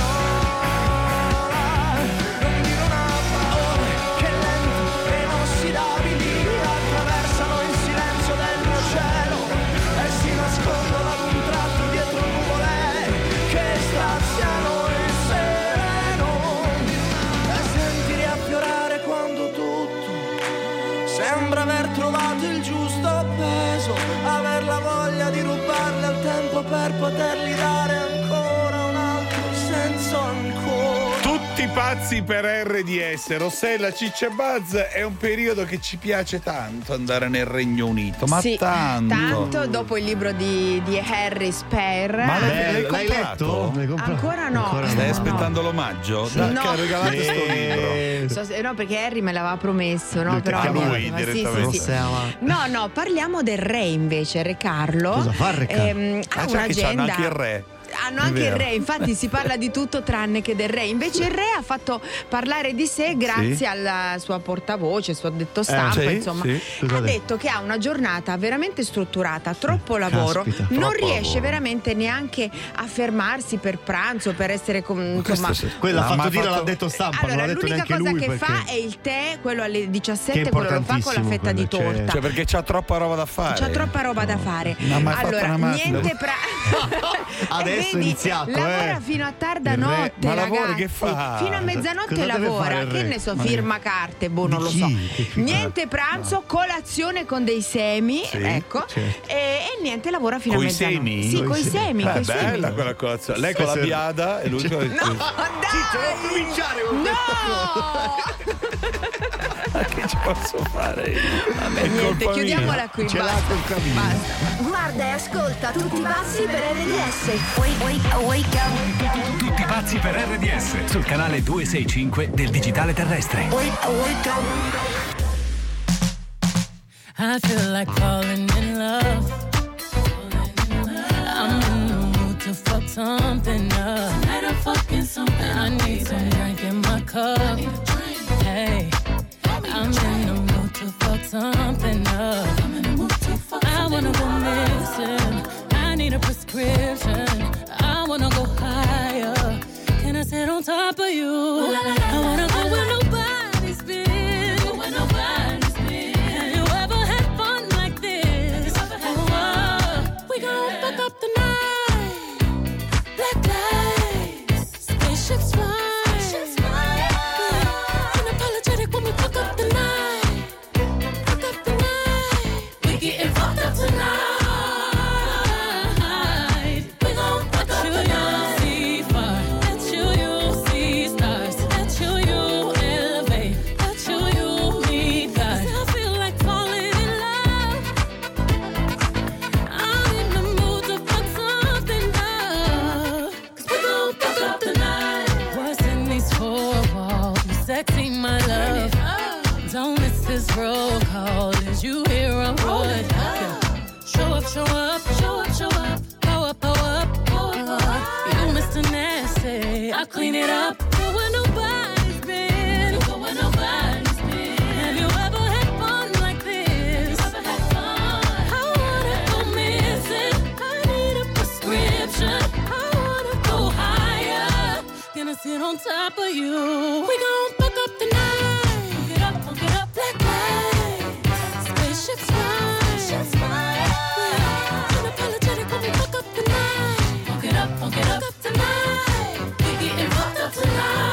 parola, non dire una parola, che lenti e inossidabili attraversano il silenzio del mio cielo e si nascondono ad un tratto dietro nuvole che straziano il sereno. E senti riaffiorare quando tutto sembra aver trovato il giusto peso, aver la voglia di rubarle al tempo per potergli dare ancora un altro senso ancora. Tutti pazzi per R D S, Rossella, Ciccia e Buzz. È un periodo che ci piace tanto andare nel Regno Unito, ma sì, tanto. tanto dopo il libro di, di Harry Spare. Ma l'hai, Beh, l'hai l'hai comprato? letto? L'hai comprato? Ancora no. Ancora Stai no. aspettando l'omaggio? Dai, No. che ha regalato Eh. sto libro. So se- no, perché Harry me l'aveva promesso, no? Lui Però ti chiama mi- lui ma sì, direttamente. sì, sì. Rossella. No, no, parliamo del re invece, Re Carlo. Cosa fa il Re Carlo? Ehm, ha Ah, già che c'hanno un'agenda. anche il re. Hanno È anche vero. il re, infatti si parla di tutto tranne che del re. Invece il re ha fatto parlare di sé grazie Sì. alla sua portavoce, il suo detto stampa, sì, insomma. sì. Cosa Ha ha detto? detto che ha una giornata veramente strutturata, troppo lavoro, caspita. non Troppo riesce lavoro. veramente neanche a fermarsi per pranzo, per essere com- insomma. Questo sì. Quella ha No, fatto ma dire, fatto- l'ha detto stampa, Allora, non l'ha detto l'unica neanche cosa lui che perché... fa è il tè, quello alle Che diciassette, è quello lo fa con la importantissimo fetta di quello, torta. Cioè, perché c'ha troppa roba da fare. C'ha troppa roba da fare. No, ma hai fatto allora, una macchina. niente pra- Adesso E è vedi, iniziato, lavora eh. fino a tarda Il re- notte, ma lavora, ragazzi. che fa? Fino a mezzanotte Cosa deve lavora. fare il Che re? ne so, Ma- firma carte, boh, non Di lo chi? so. Che firma? Niente pranzo, colazione con dei semi, Sì, ecco. certo. E, e niente, lavora fino Coi a mezzanotte. semi? Sì, Coi coi semi. semi, Eh, coi semi. bella quella colazione. Lei con la Sì, sì. biada e lui con il... No, dai! Ciccio, non cominciare con Ma che ci posso fare io? Vabbè, È niente, colpa chiudiamola mia. qui. Ce l'ha basta. col camino. Basta. Guarda e ascolta tutti pazzi per R D S. Wake, wake, wake up. Tutti pazzi per R D S sul canale duecentosessantacinque del digitale terrestre. I feel like falling in love. I'm in the mood to fuck something up. Tonight I'm fucking something. I need some drink in my cup. Hey, I'm in the mood to fuck something up. I wanna go missing. I need a prescription. I wanna go higher. Can I sit on top of you? I wanna go where nobody's been. Where nobody's been. Have you ever had fun like this? Oh, we gon' fuck up the night. Black lights, spaceships fly. Unapologetic when we fuck up the night. Fuck up the night. We getting fucked up tonight. We gon' fuck up the night. See fire, let you, you see stars. Let you, you elevate. Let you, you meet God. I feel like falling in love. I'm in the mood to fuck something up. 'Cause we gon' fuck up the night. What's in these four walls? You sexy, my love. Don't miss this roll call. Is you hear a road? Show up, show up, show up, show up. Pow up, pow up, pow up, pow up. You Mister Nasty, I clean it up. Go where nobody's been. Go where nobody's been. Have you ever had fun like this? Ever had fun? I wanna go missing. I need a prescription. I wanna go higher. Gonna sit on top of you. We gon' fuck up the night. Funk it up, funk it up. Black lights, spaceships fly. Spaceships fly. Unapologetic when we fuck up the night. Funk it up, funk it up. Fuck up tonight. We getting fucked up tonight.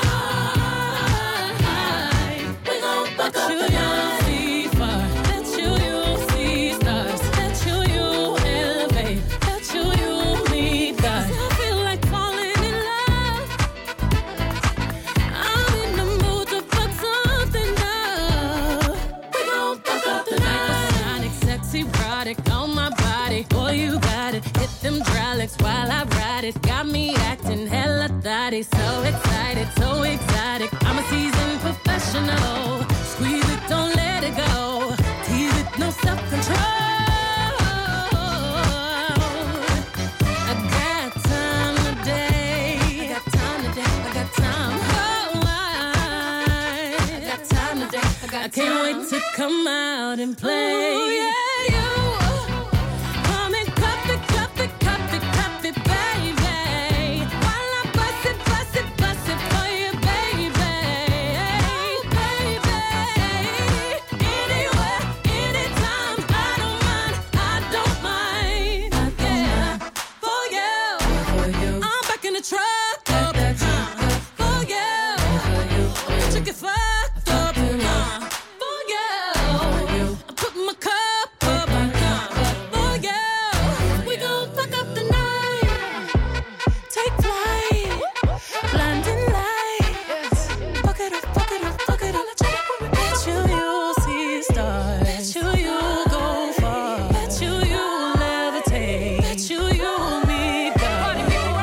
We gon' fuck up the night. See fire. Let you, you see stars. Let you, you elevate. Let you, you meet God. I feel like falling Rolex while I ride it. Got me acting hella thotty. So excited, so exotic. I'm a seasoned professional. Squeeze it, don't let it go. Tease it, no self-control. I got time today. I got time today. I got time. Oh, I, I got time today. I, got I can't time. wait to come out and play. Ooh, yeah, you. Come and cup it, cup it, cup it, cup it, baby. While I bust it, bust it, bust it for you, baby. Baby. Anywhere, anytime. I don't mind, I don't mind. Yeah. For you. For you. I'm back in the truck. Up, uh, for you. Chicken fucked up. Uh, for you. I put my cup up. Uh, for you. We gon' fuck up the night. Take flight. Blinding lights. Fuck it up, fuck it up, fuck it up. Bet you you'll see stars. Bet you you'll go far. Bet you you'll levitate. Bet you you'll meet God.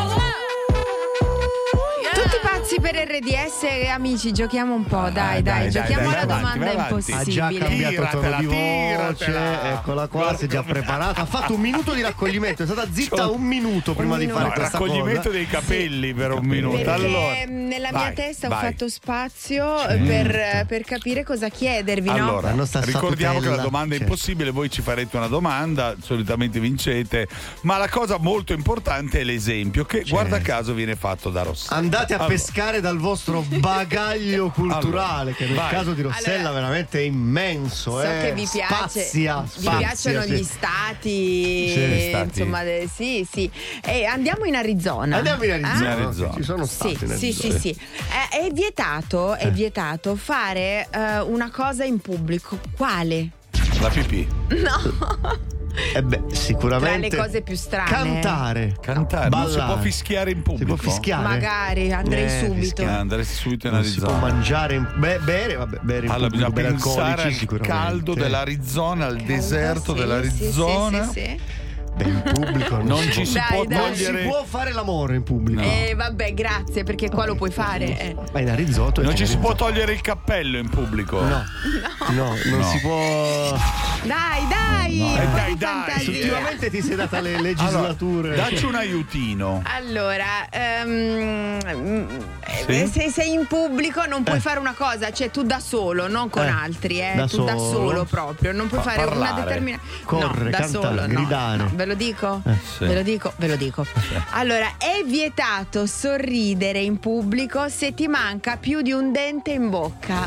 Tutti pazzi per R D S, amici, giochiamo un po', dai, dai, dai, giochiamo dai, alla vai domanda avanti, vai avanti. Ha impossibile. già cambiato tono di Tiratela, voce, tiratela. eccola qua, si è già preparata. Ha fatto un minuto di raccoglimento, è stata zitta un minuto prima di fare No, questa raccoglimento cosa. dei capelli per un minuto. Perché Allora, nella vai, mia testa vai. ho fatto spazio per, per capire cosa chiedervi, no? Allora, La nostra ricordiamo che la statutella, domanda è certo. impossibile, voi ci farete una domanda, solitamente vincete, ma la cosa molto importante è l'esempio che guarda caso viene fatto da Rossella. Andate a Allora, pescare dal vostro bagaglio culturale, che nel vai. caso di Rossella Allora, veramente è immenso. So eh. che vi piace, Spazia, vi spazia, piacciono sì. gli stati, Sì, gli stati. insomma, de- sì, sì. E andiamo in Arizona. Andiamo in Arizona, Ah? In Arizona. ci sono stati Sì, in sì, Arizona. sì, sì. È, è vietato, è vietato fare eh, una cosa in pubblico. Quale? La pipì. No. Eh beh, Tra sicuramente le cose più strane. cantare, Cantare, non si ballare. può fischiare in Si pubblico. può fischiare? Magari andrei Eh, subito. fischiare. Ah, andresti subito in Non si può Arizona. mangiare, in- beh, bere, vabbè, bere in Allora pubblico, bisogna bere pensare alcolici al sicuramente. caldo dell'Arizona, al deserto Sì, dell'Arizona. Sì, sì, sì, sì. Beh, in pubblico non, Non si ci può. si Dai, può dai. Non si togliere. può fare l'amore in pubblico. Eh, vabbè, grazie, perché qua lo puoi fare. eh. Ma in Arizona Non ci si può togliere il cappello in pubblico. No, no, non No. si può. Dai, dai, No. un Eh, po' dai, di dai, fantasia. Ultimamente ti sei data le Allora, legislature. dacci un aiutino. Allora, ehm, Sì? eh, se sei in pubblico non puoi Eh. fare una cosa, cioè tu da solo, non con Eh, altri, eh, da tu da solo? solo proprio, non puoi Pa- fare una parlare. determinata. Correre, no, da cantare, solo, no, gridare. no. Ve lo dico? Eh, sì. Ve lo dico, ve lo dico. Allora, è vietato sorridere in pubblico se ti manca più di un dente in bocca.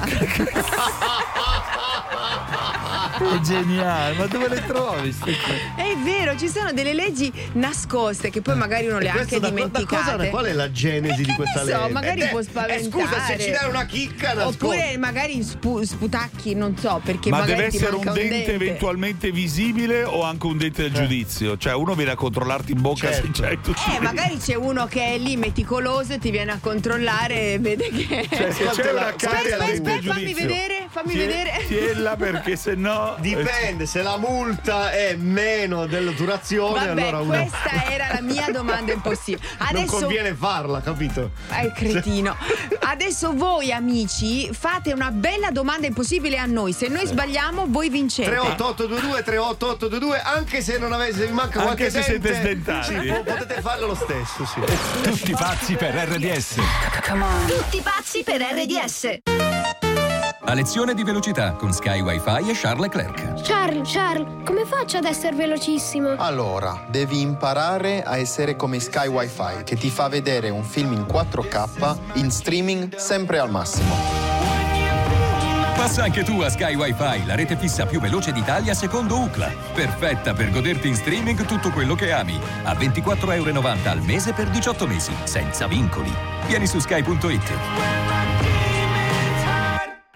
È geniale, ma dove le trovi? ste cose? È vero, ci sono delle leggi nascoste che poi magari uno le ha E anche questo da, da dimenticate. cosa, qual è la genesi di questa Ne so, legge? magari Eh, può eh, spaventare. scusa, se ci dai una chicca nascondi. Oppure magari spu- sputacchi, non so, perché Ma magari deve ti essere un manca dente, eventualmente visibile o anche un dente del giudizio? Cioè uno viene a controllarti in bocca Certo. se c'hai tu Eh, magari c'è uno che è lì meticoloso e ti viene a controllare e vede che. Cioè, se Quanto c'è è una la- carta quanto è la del aspetta, legge? fammi giudizio, vedere, fammi tie- vedere. Tiella perché se no Dipende, se la multa è meno della durazione, Vabbè, allora uno questa era la mia domanda impossibile. non Adesso conviene farla, capito? Eh, cretino. Adesso voi amici fate una bella domanda impossibile a noi. Se noi sbagliamo, voi vincete. tre otto otto due due tre otto otto due due, anche se non avete, se vi manca Anche qualche se dente, siete sdentati. sì, po- potete farlo lo stesso, sì. Tutti pazzi per R D S. Tutti pazzi per R D S. A lezione di velocità con Sky Wi-Fi e Charles Leclerc. Charles, Charles, come faccio ad essere velocissimo? Allora, devi imparare a essere come Sky Wi-Fi, che ti fa vedere un film in quattro K in streaming sempre al massimo. Passa anche tu a Sky Wi-Fi, la rete fissa più veloce d'Italia secondo U C L A. Perfetta per goderti in streaming tutto quello che ami. A ventiquattro virgola novanta euro al mese per diciotto mesi, senza vincoli. Vieni su sky punto it.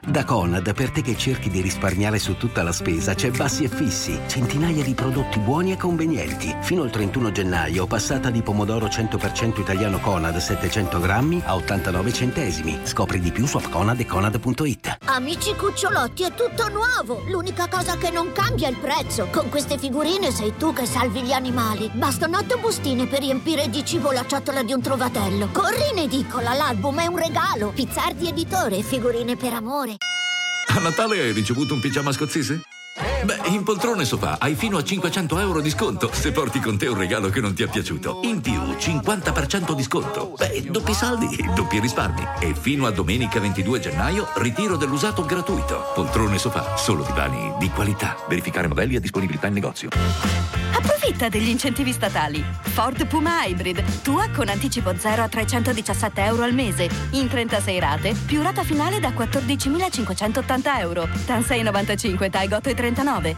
Da Conad, per te che cerchi di risparmiare su tutta la spesa, c'è Bassi e Fissi. Centinaia di prodotti buoni e convenienti. Fino al trentuno gennaio, passata di pomodoro cento per cento italiano Conad settecento grammi a ottantanove centesimi. Scopri di più su app Conad e Conad punto it. Amici cucciolotti, è tutto nuovo. L'unica cosa che non cambia è il prezzo. Con queste figurine sei tu che salvi gli animali. Bastano otto bustine per riempire di cibo la ciotola di un trovatello. Corri in edicola, l'album è un regalo. Pizzardi editore, figurine per amore. A Natale hai ricevuto un pigiama scozzese? Beh, in Poltrone Sofà hai fino a cinquecento euro di sconto se porti con te un regalo che non ti è piaciuto. In più, cinquanta per cento di sconto. Beh, doppi saldi, doppi risparmi. E fino a domenica ventidue gennaio, ritiro dell'usato gratuito. Poltrone Sofà, solo divani di qualità. Verificare modelli e disponibilità in negozio. Approfitta degli incentivi statali. Ford Puma Hybrid, tua con anticipo zero a trecentodiciassette euro al mese, in trentasei rate, più rata finale da quattordicimilacinquecentottanta euro. T A N sei virgola novantacinque, T A I G otto virgola trentanove.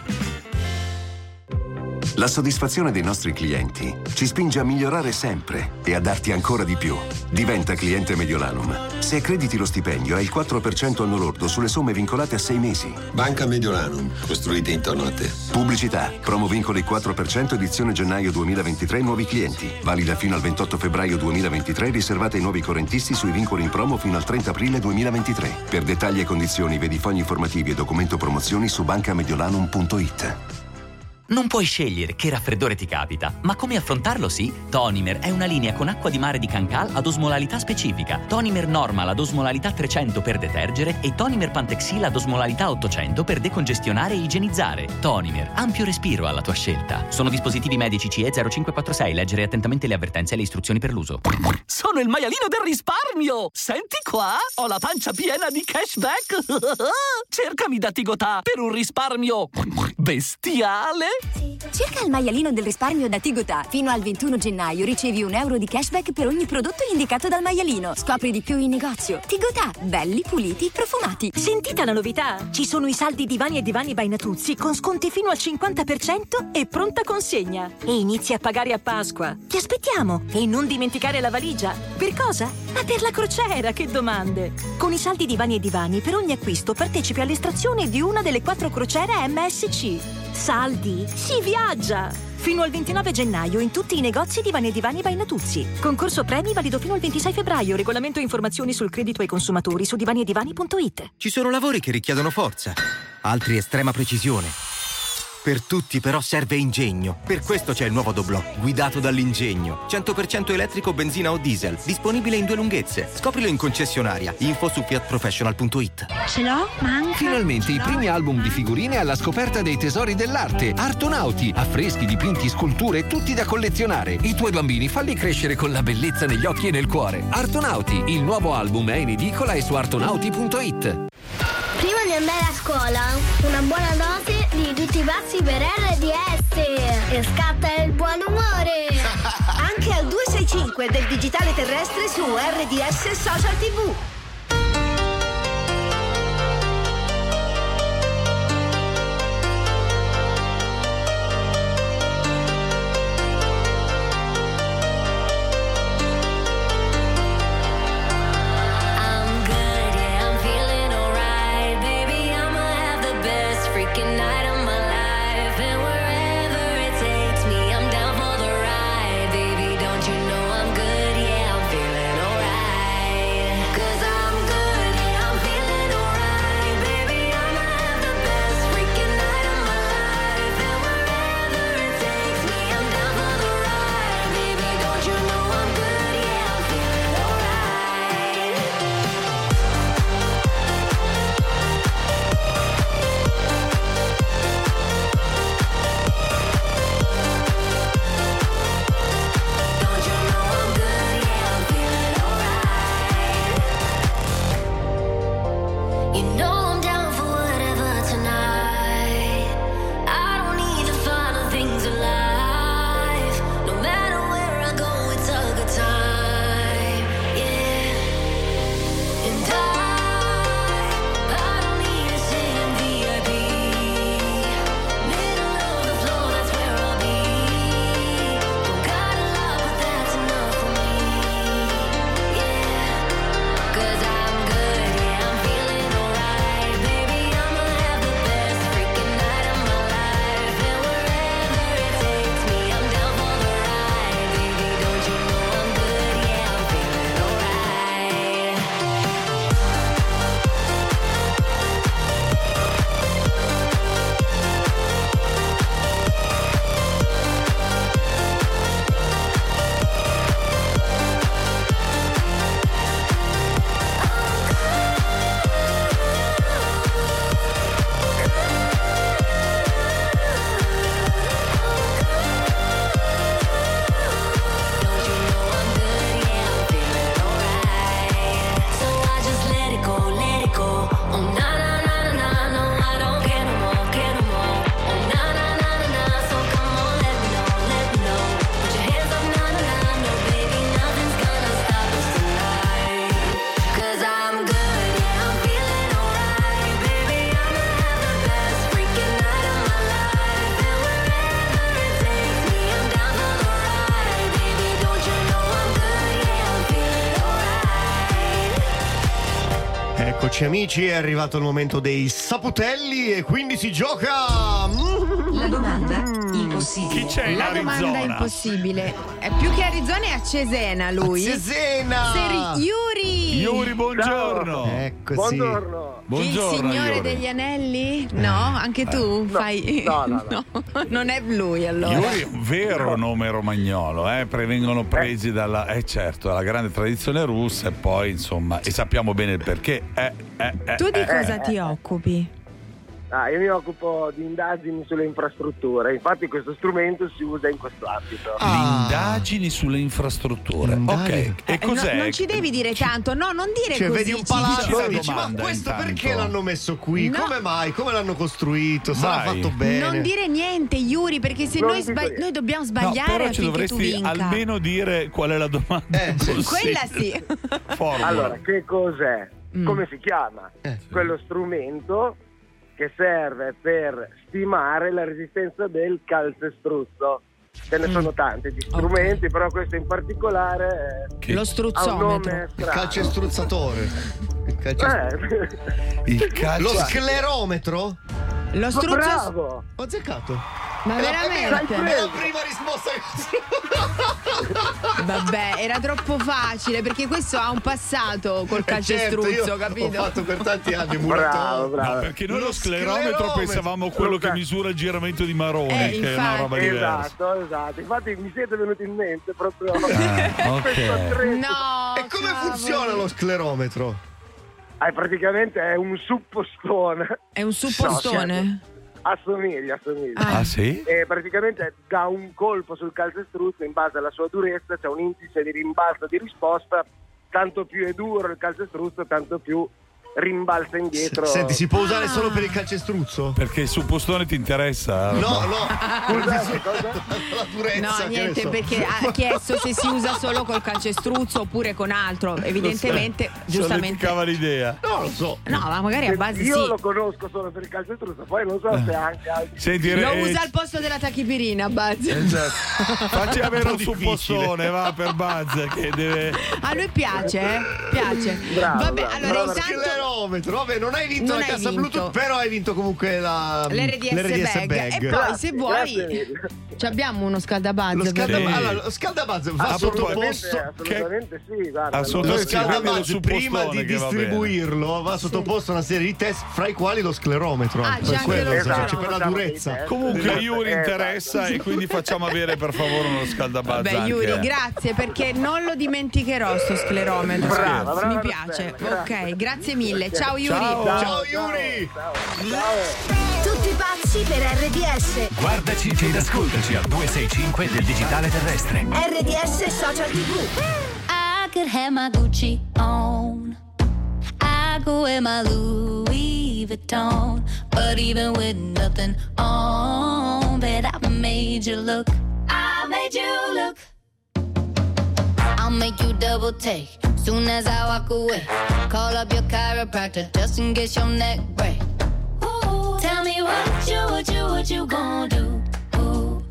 La soddisfazione dei nostri clienti ci spinge a migliorare sempre e a darti ancora di più. Diventa cliente Mediolanum. Se accrediti lo stipendio hai il quattro per cento anno lordo sulle somme vincolate a sei mesi. Banca Mediolanum, costruite intorno a te. Pubblicità. Promo vincoli quattro per cento edizione gennaio duemilaventitré nuovi clienti. Valida fino al ventotto febbraio duemilaventitré, riservata ai nuovi correntisti sui vincoli in promo fino al trenta aprile duemilaventitré. Per dettagli e condizioni vedi fogli informativi e documento promozioni su banca mediolanum punto it. Non puoi scegliere che raffreddore ti capita, ma come affrontarlo sì? Tonimer è una linea con acqua di mare di Cancal ad osmolarità specifica. Tonimer Normal ad osmolarità trecento per detergere e Tonimer Pantexil ad osmolarità ottocento per decongestionare e igienizzare. Tonimer, ampio respiro alla tua scelta. Sono dispositivi medici C E zero cinque quattro sei. Leggere attentamente le avvertenze e le istruzioni per l'uso. Sono il maialino del risparmio! Senti qua, ho la pancia piena di cashback! Cercami da Tigotà per un risparmio bestiale! Cerca il maialino del risparmio da Tigotà. Fino al ventuno gennaio ricevi un euro di cashback per ogni prodotto indicato dal maialino. Scopri di più in negozio. Tigotà, belli, puliti, profumati. Sentite la novità! Ci sono i saldi divani e divani by Natuzzi con sconti fino al cinquanta per cento e pronta consegna. E inizi a pagare a Pasqua. Ti aspettiamo! E non dimenticare la valigia. Per cosa? Ma per la crociera, che domande! Con i saldi divani e divani per ogni acquisto partecipi all'estrazione di una delle quattro crociere M S C. Saldi? Si viaggia! Fino al ventinove gennaio in tutti i negozi Divani e Divani by Natuzzi. Concorso premi valido fino al ventisei febbraio. Regolamento e informazioni sul credito ai consumatori su divani e divani punto it. Ci sono lavori che richiedono forza, altri estrema precisione. Per tutti però serve ingegno. Per questo c'è il nuovo Doblò, guidato dall'ingegno. cento per cento elettrico, benzina o diesel. Disponibile in due lunghezze. Scoprilo in concessionaria. Info su fiat professional punto it. Ce l'ho? Manca. Finalmente i primi album di figurine alla scoperta dei tesori dell'arte. Artonauti, affreschi, dipinti, sculture, tutti da collezionare. I tuoi bambini falli crescere con la bellezza negli occhi e nel cuore. Artonauti, il nuovo album è in edicola e su artonauti punto it. Prima di andare a scuola, una buona dose di tutti i pazzi per R D S e scatta il buon umore. Anche al duecentosessantacinque del digitale terrestre su R D S Social T V. Cause I Eccoci amici, è arrivato il momento dei saputelli e quindi si gioca. La domanda impossibile. Chi c'è in La Arizona? domanda impossibile. È più che Arizona, è a Cesena lui. A Cesena! Seri- Yuri! Yuri, buongiorno. Eccoci. Buongiorno. Buongiorno, Il signore Yuri. degli anelli? No, anche tu no, fai. no, no, no. No, non è lui allora. Yuri è un vero nome romagnolo, eh? Prevengono presi dalla, eh certo, dalla grande tradizione russa e poi insomma, e sappiamo bene il perché. Eh, eh, eh, Tu di eh, cosa eh. ti occupi? Ah, io mi occupo di indagini sulle infrastrutture, infatti questo strumento si usa in questo ambito. Le indagini sulle infrastrutture. Ok, e Eh, cos'è? no, non ci devi dire tanto, no, non dire Cioè, così. vedi un ci palazzo dici- e dici, ma domanda, questo intanto. perché l'hanno messo qui? No. Come mai? Come l'hanno costruito? Sarà Vai. fatto bene? Non dire niente, Yuri, perché se Non noi, dico sbag- niente. noi dobbiamo No, sbagliare però ci affinché tu dovresti vinca. almeno dire qual è la domanda. Eh, sì. Quella sì. Formula. Allora, che cos'è? Mm. Come si chiama? Eh, Quello strumento che serve per stimare la resistenza del calcestruzzo. Ce ne sono tanti di strumenti, però questo in particolare Che- Lo ha un struzzometro. nome Il strano. calcestruzzatore. Il calcestru- Eh, Il calcio. Lo sclerometro? Lo ma struzzo. bravo! Ho azzeccato. Ma È la- è veramente? la- è la prima risposta che... Vabbè, era troppo facile perché questo ha un passato col Eh, certo, calcestruzzo, io capito? Ho fatto per tanti anni Bravo, muratore. bravo. No, perché noi lo, Lo sclerometro, sclerometro. pensavamo quello che misura il giramento di Maroni, Eh, che è una roba diversa. Esatto, esatto. Infatti mi siete venuti in mente proprio Ah, ok. questo attrezzo. No. E come cavolo. funziona lo sclerometro? Ah, praticamente è un suppostone. È un suppostone? Assomiglia, assomiglia. Ah. Ah, sì? E praticamente da un colpo sul calcestruzzo, in base alla sua durezza, c'è un indice di rimbalzo di risposta. Tanto più è duro il calcestruzzo, tanto più rimbalza indietro. Senti, si può usare Ah. solo per il calcestruzzo? Perché il suppostone ti interessa? No, no. Scusate, cosa? La durezza. No, che ne niente, so. perché ha chiesto se si usa solo col calcestruzzo oppure con altro. Evidentemente, giustamente. Cava l'idea. Non lo so. No, ma magari a base Io sì. lo conosco solo per il calcestruzzo, poi non so se anche altri. Senti, Lo eh, usa al posto della tachipirina, Buzz. esatto. Facci avere un difficile. suppostone, va, per Buzz, che deve... A lui piace, eh? Piace. Bravo, Vabbè, bravo. allora Bravo, intanto Sclerometro. Vabbè, non hai vinto Non la hai cassa vinto. Bluetooth, però hai vinto comunque la l'R D S, bag. E poi Grazie, se grazie vuoi mille. ci abbiamo uno scaldabazz. Lo per- scaldabazz, Sì. allora, lo scaldabazz va Assolutamente, sottoposto. assolutamente sì, guarda. Lo Assolutamente sì, quindi lo scaldabazz suppostone prima di che va bene. distribuirlo va sottoposto a una serie di test, fra i quali lo sclerometro. Ah, Per c'è anche quello, lo cioè, c'è sclerometro. per la Facciamo durezza. dei test. Comunque a Yuri Esatto. interessa e quindi facciamo avere per favore uno scaldabazz. Vabbè, anche. Yuri, grazie perché non lo dimenticherò sto sclerometro. Brava, brava, Mi brava, piace. bella, Ok, grazie. grazie mille. Ciao Yuri. Ciao. Ciao Yuri! Tutti pazzi per R D S. Guardaci ed ascoltaci al duecentosessantacinque del digitale terrestre. R D S Social T V. I could have my Gucci on. I go wear my Louis Vuitton. But even with nothing on, bet I made you look. I made you look. I'll make you double take soon as I walk away. Call up your chiropractor just in case your neck break. Ooh, tell me what you, what you, what you gonna do? Ooh.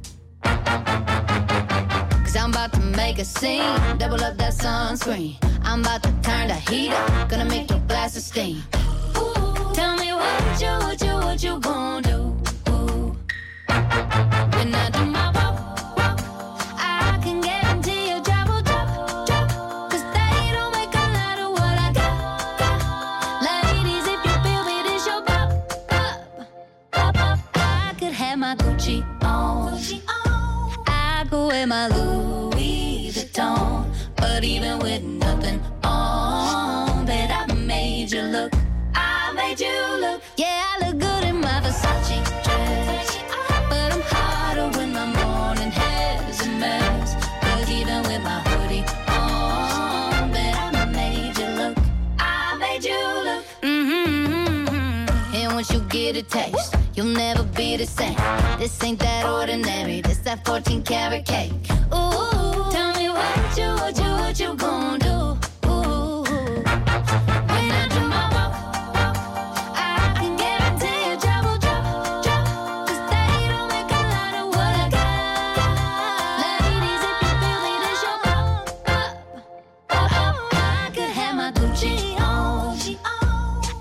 Cause I'm about to make a scene, double up that sunscreen. I'm about to turn the heat up, gonna make your glasses steam. Ooh, tell me what you, what you, what you gonna do? Ooh. When I do my walk, walk, I can guarantee you trouble, drop, drop. Cause they don't make a lot of what I got, got. Ladies, if you feel me, this your pop, pop, pop, pop. I could have my Gucci on. Gucci on. I go wear my Louis Vuitton. But even with nothing on, bet I made you look. I made you look. Yeah, I look good in my Versace dress. But I'm hotter when my morning hair's a mess. Cause even with my hoodie on, bet I made you look. I made you look. Mm-hmm. And once you get a taste, you'll never be the same. This ain't that ordinary. This that fourteen karat cake. Ooh, tell me what you, what you, what you gonna do? Ooh, when I do my walk, walk, I can guarantee you trouble, drop, drop. Cause they don't make a lot of what I got. Ladies, if you feel me, this your pop, pop, pop. I could have my Gucci on.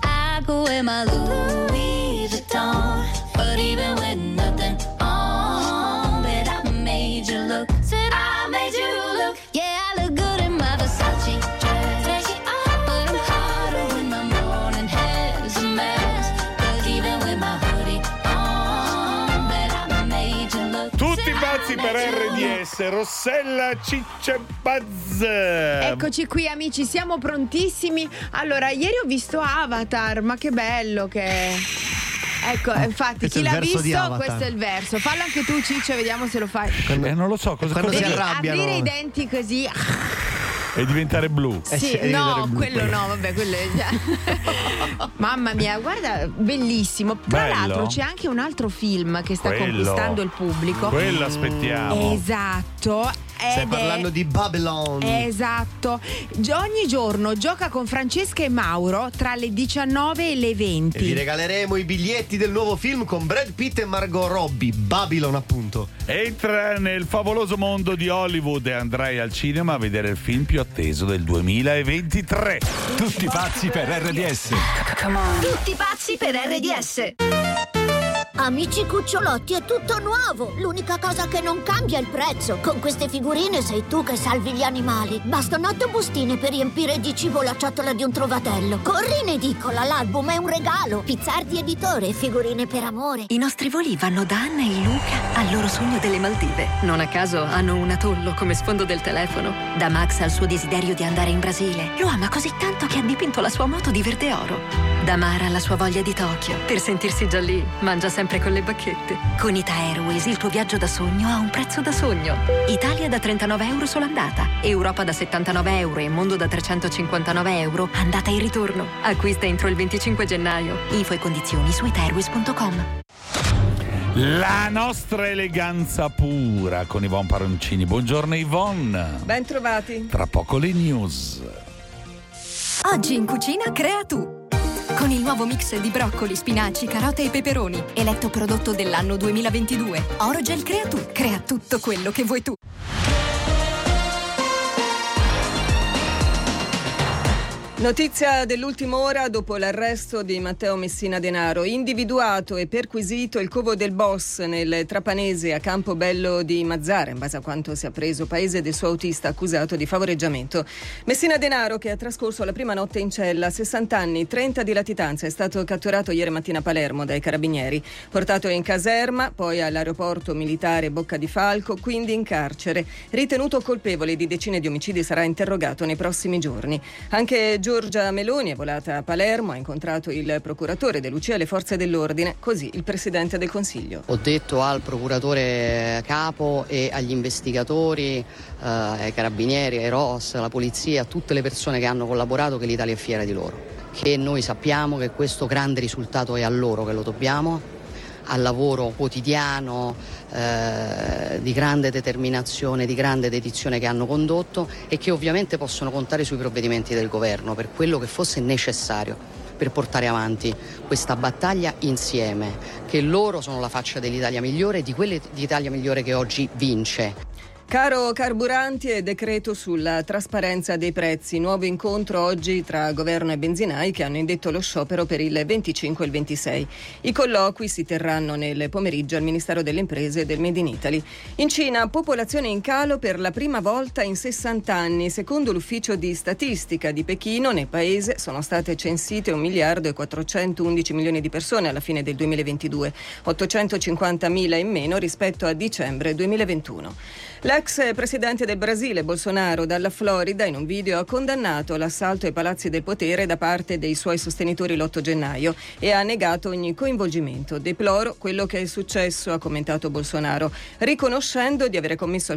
look. Said I made you look. Yeah, I look good in my Versace dress. Take it off, but I'm hotter when my morning hair's a mess. 'Cause even with my hoodie on, bet I made you look. Tutti pazzi per R D S, Rossella, Ciccia e Buzz. Eccoci qui amici, siamo prontissimi. Allora, ieri ho visto Avatar, ma che bello che è. Ecco, infatti, Questo chi è il l'ha verso di visto, Avatar. questo è il verso. Fallo anche tu, Ciccio, vediamo se lo fai. Eh, non lo so cosa Quando cosa si Devi arrabbiano. aprire i denti così. E diventare blu. Eh sì, Sì, è diventare no, blu, quello quello. no, vabbè, quello è già. Mamma mia, guarda, bellissimo. Tra Bello. l'altro c'è anche un altro film che sta Quello. conquistando il pubblico. Quello aspettiamo. Esatto. Stai ed parlando è- di Babylon. Esatto. Gi- Ogni giorno gioca con Francesca e Mauro tra le diciannove e le E vi venti. regaleremo i biglietti del nuovo film con Brad Pitt e Margot Robbie, Babylon appunto. Entra nel favoloso mondo di Hollywood e andrai al cinema a vedere il film più atteso del duemilaventitré. Tutti pazzi per R D S. Tutti pazzi per R D S. Amici cucciolotti, è tutto nuovo. L'unica cosa che non cambia è il prezzo. Con queste figurine sei tu che salvi gli animali. Bastano otto bustine per riempire di cibo la ciotola di un trovatello. Corri in edicola, l'album è un regalo. Pizzardi editore, figurine per amore. I nostri voli vanno da Anna e Luca al loro sogno delle Maldive. Non a caso hanno un atollo come sfondo del telefono. Da Max al suo desiderio di andare in Brasile. Lo ama così tanto che ha dipinto la sua moto di verde oro. Da Mara alla sua voglia di Tokyo. Per sentirsi già lì, mangia sempre con le bacchette. Con Ita Airways il tuo viaggio da sogno ha un prezzo da sogno. Italia da trentanove euro sola andata, Europa da settantanove euro e Mondo da trecentocinquantanove euro andata e ritorno. Acquista entro il venticinque gennaio. Info e condizioni su ita airways punto com. La nostra eleganza pura con Yvonne Paroncini. Buongiorno Yvonne. Ben trovati. Tra poco le news. Oggi in cucina crea tu. Con il nuovo mix di broccoli, spinaci, carote e peperoni, eletto prodotto dell'anno duemilaventidue. Orogel Crea Tu, crea tutto quello che vuoi tu. Notizia dell'ultima ora dopo l'arresto di Matteo Messina Denaro. Individuato e perquisito il covo del boss nel Trapanese a Campobello di Mazzara, in base a quanto si è appreso, paese del suo autista accusato di favoreggiamento. Messina Denaro, che ha trascorso la prima notte in cella, sessanta anni, trenta di latitanza, è stato catturato ieri mattina a Palermo dai carabinieri, portato in caserma, poi all'aeroporto militare Bocca di Falco, quindi in carcere. Ritenuto colpevole di decine di omicidi, sarà interrogato nei prossimi giorni. Anche Giorgia Meloni è volata a Palermo, ha incontrato il procuratore De Lucia e le forze dell'ordine, così il presidente del Consiglio. Ho detto al procuratore capo e agli investigatori, eh, ai carabinieri, ai R O S, alla polizia, a tutte le persone che hanno collaborato, che l'Italia è fiera di loro, che noi sappiamo che questo grande risultato è a loro che lo dobbiamo, al lavoro quotidiano, eh, di grande determinazione, di grande dedizione che hanno condotto, e che ovviamente possono contare sui provvedimenti del governo per quello che fosse necessario per portare avanti questa battaglia insieme, che loro sono la faccia dell'Italia migliore, di quella d'Italia migliore che oggi vince. Caro carburanti e decreto sulla trasparenza dei prezzi. Nuovo incontro oggi tra governo e benzinai che hanno indetto lo sciopero per il venticinque e il ventisei. I colloqui si terranno nel pomeriggio al Ministero delle Imprese e del Made in Italy. In Cina, popolazione in calo per la prima volta in sessanta anni. Secondo l'ufficio di statistica di Pechino, nel paese sono state censite un miliardo e quattrocentoundici milioni di persone alla fine del duemilaventidue, ottocentocinquantamila in meno rispetto a dicembre duemilaventuno. L'ex presidente del Brasile, Bolsonaro, dalla Florida, in un video ha condannato l'assalto ai palazzi del potere da parte dei suoi sostenitori l'otto gennaio e ha negato ogni coinvolgimento. Deploro quello che è successo, ha commentato Bolsonaro, riconoscendo di avere commesso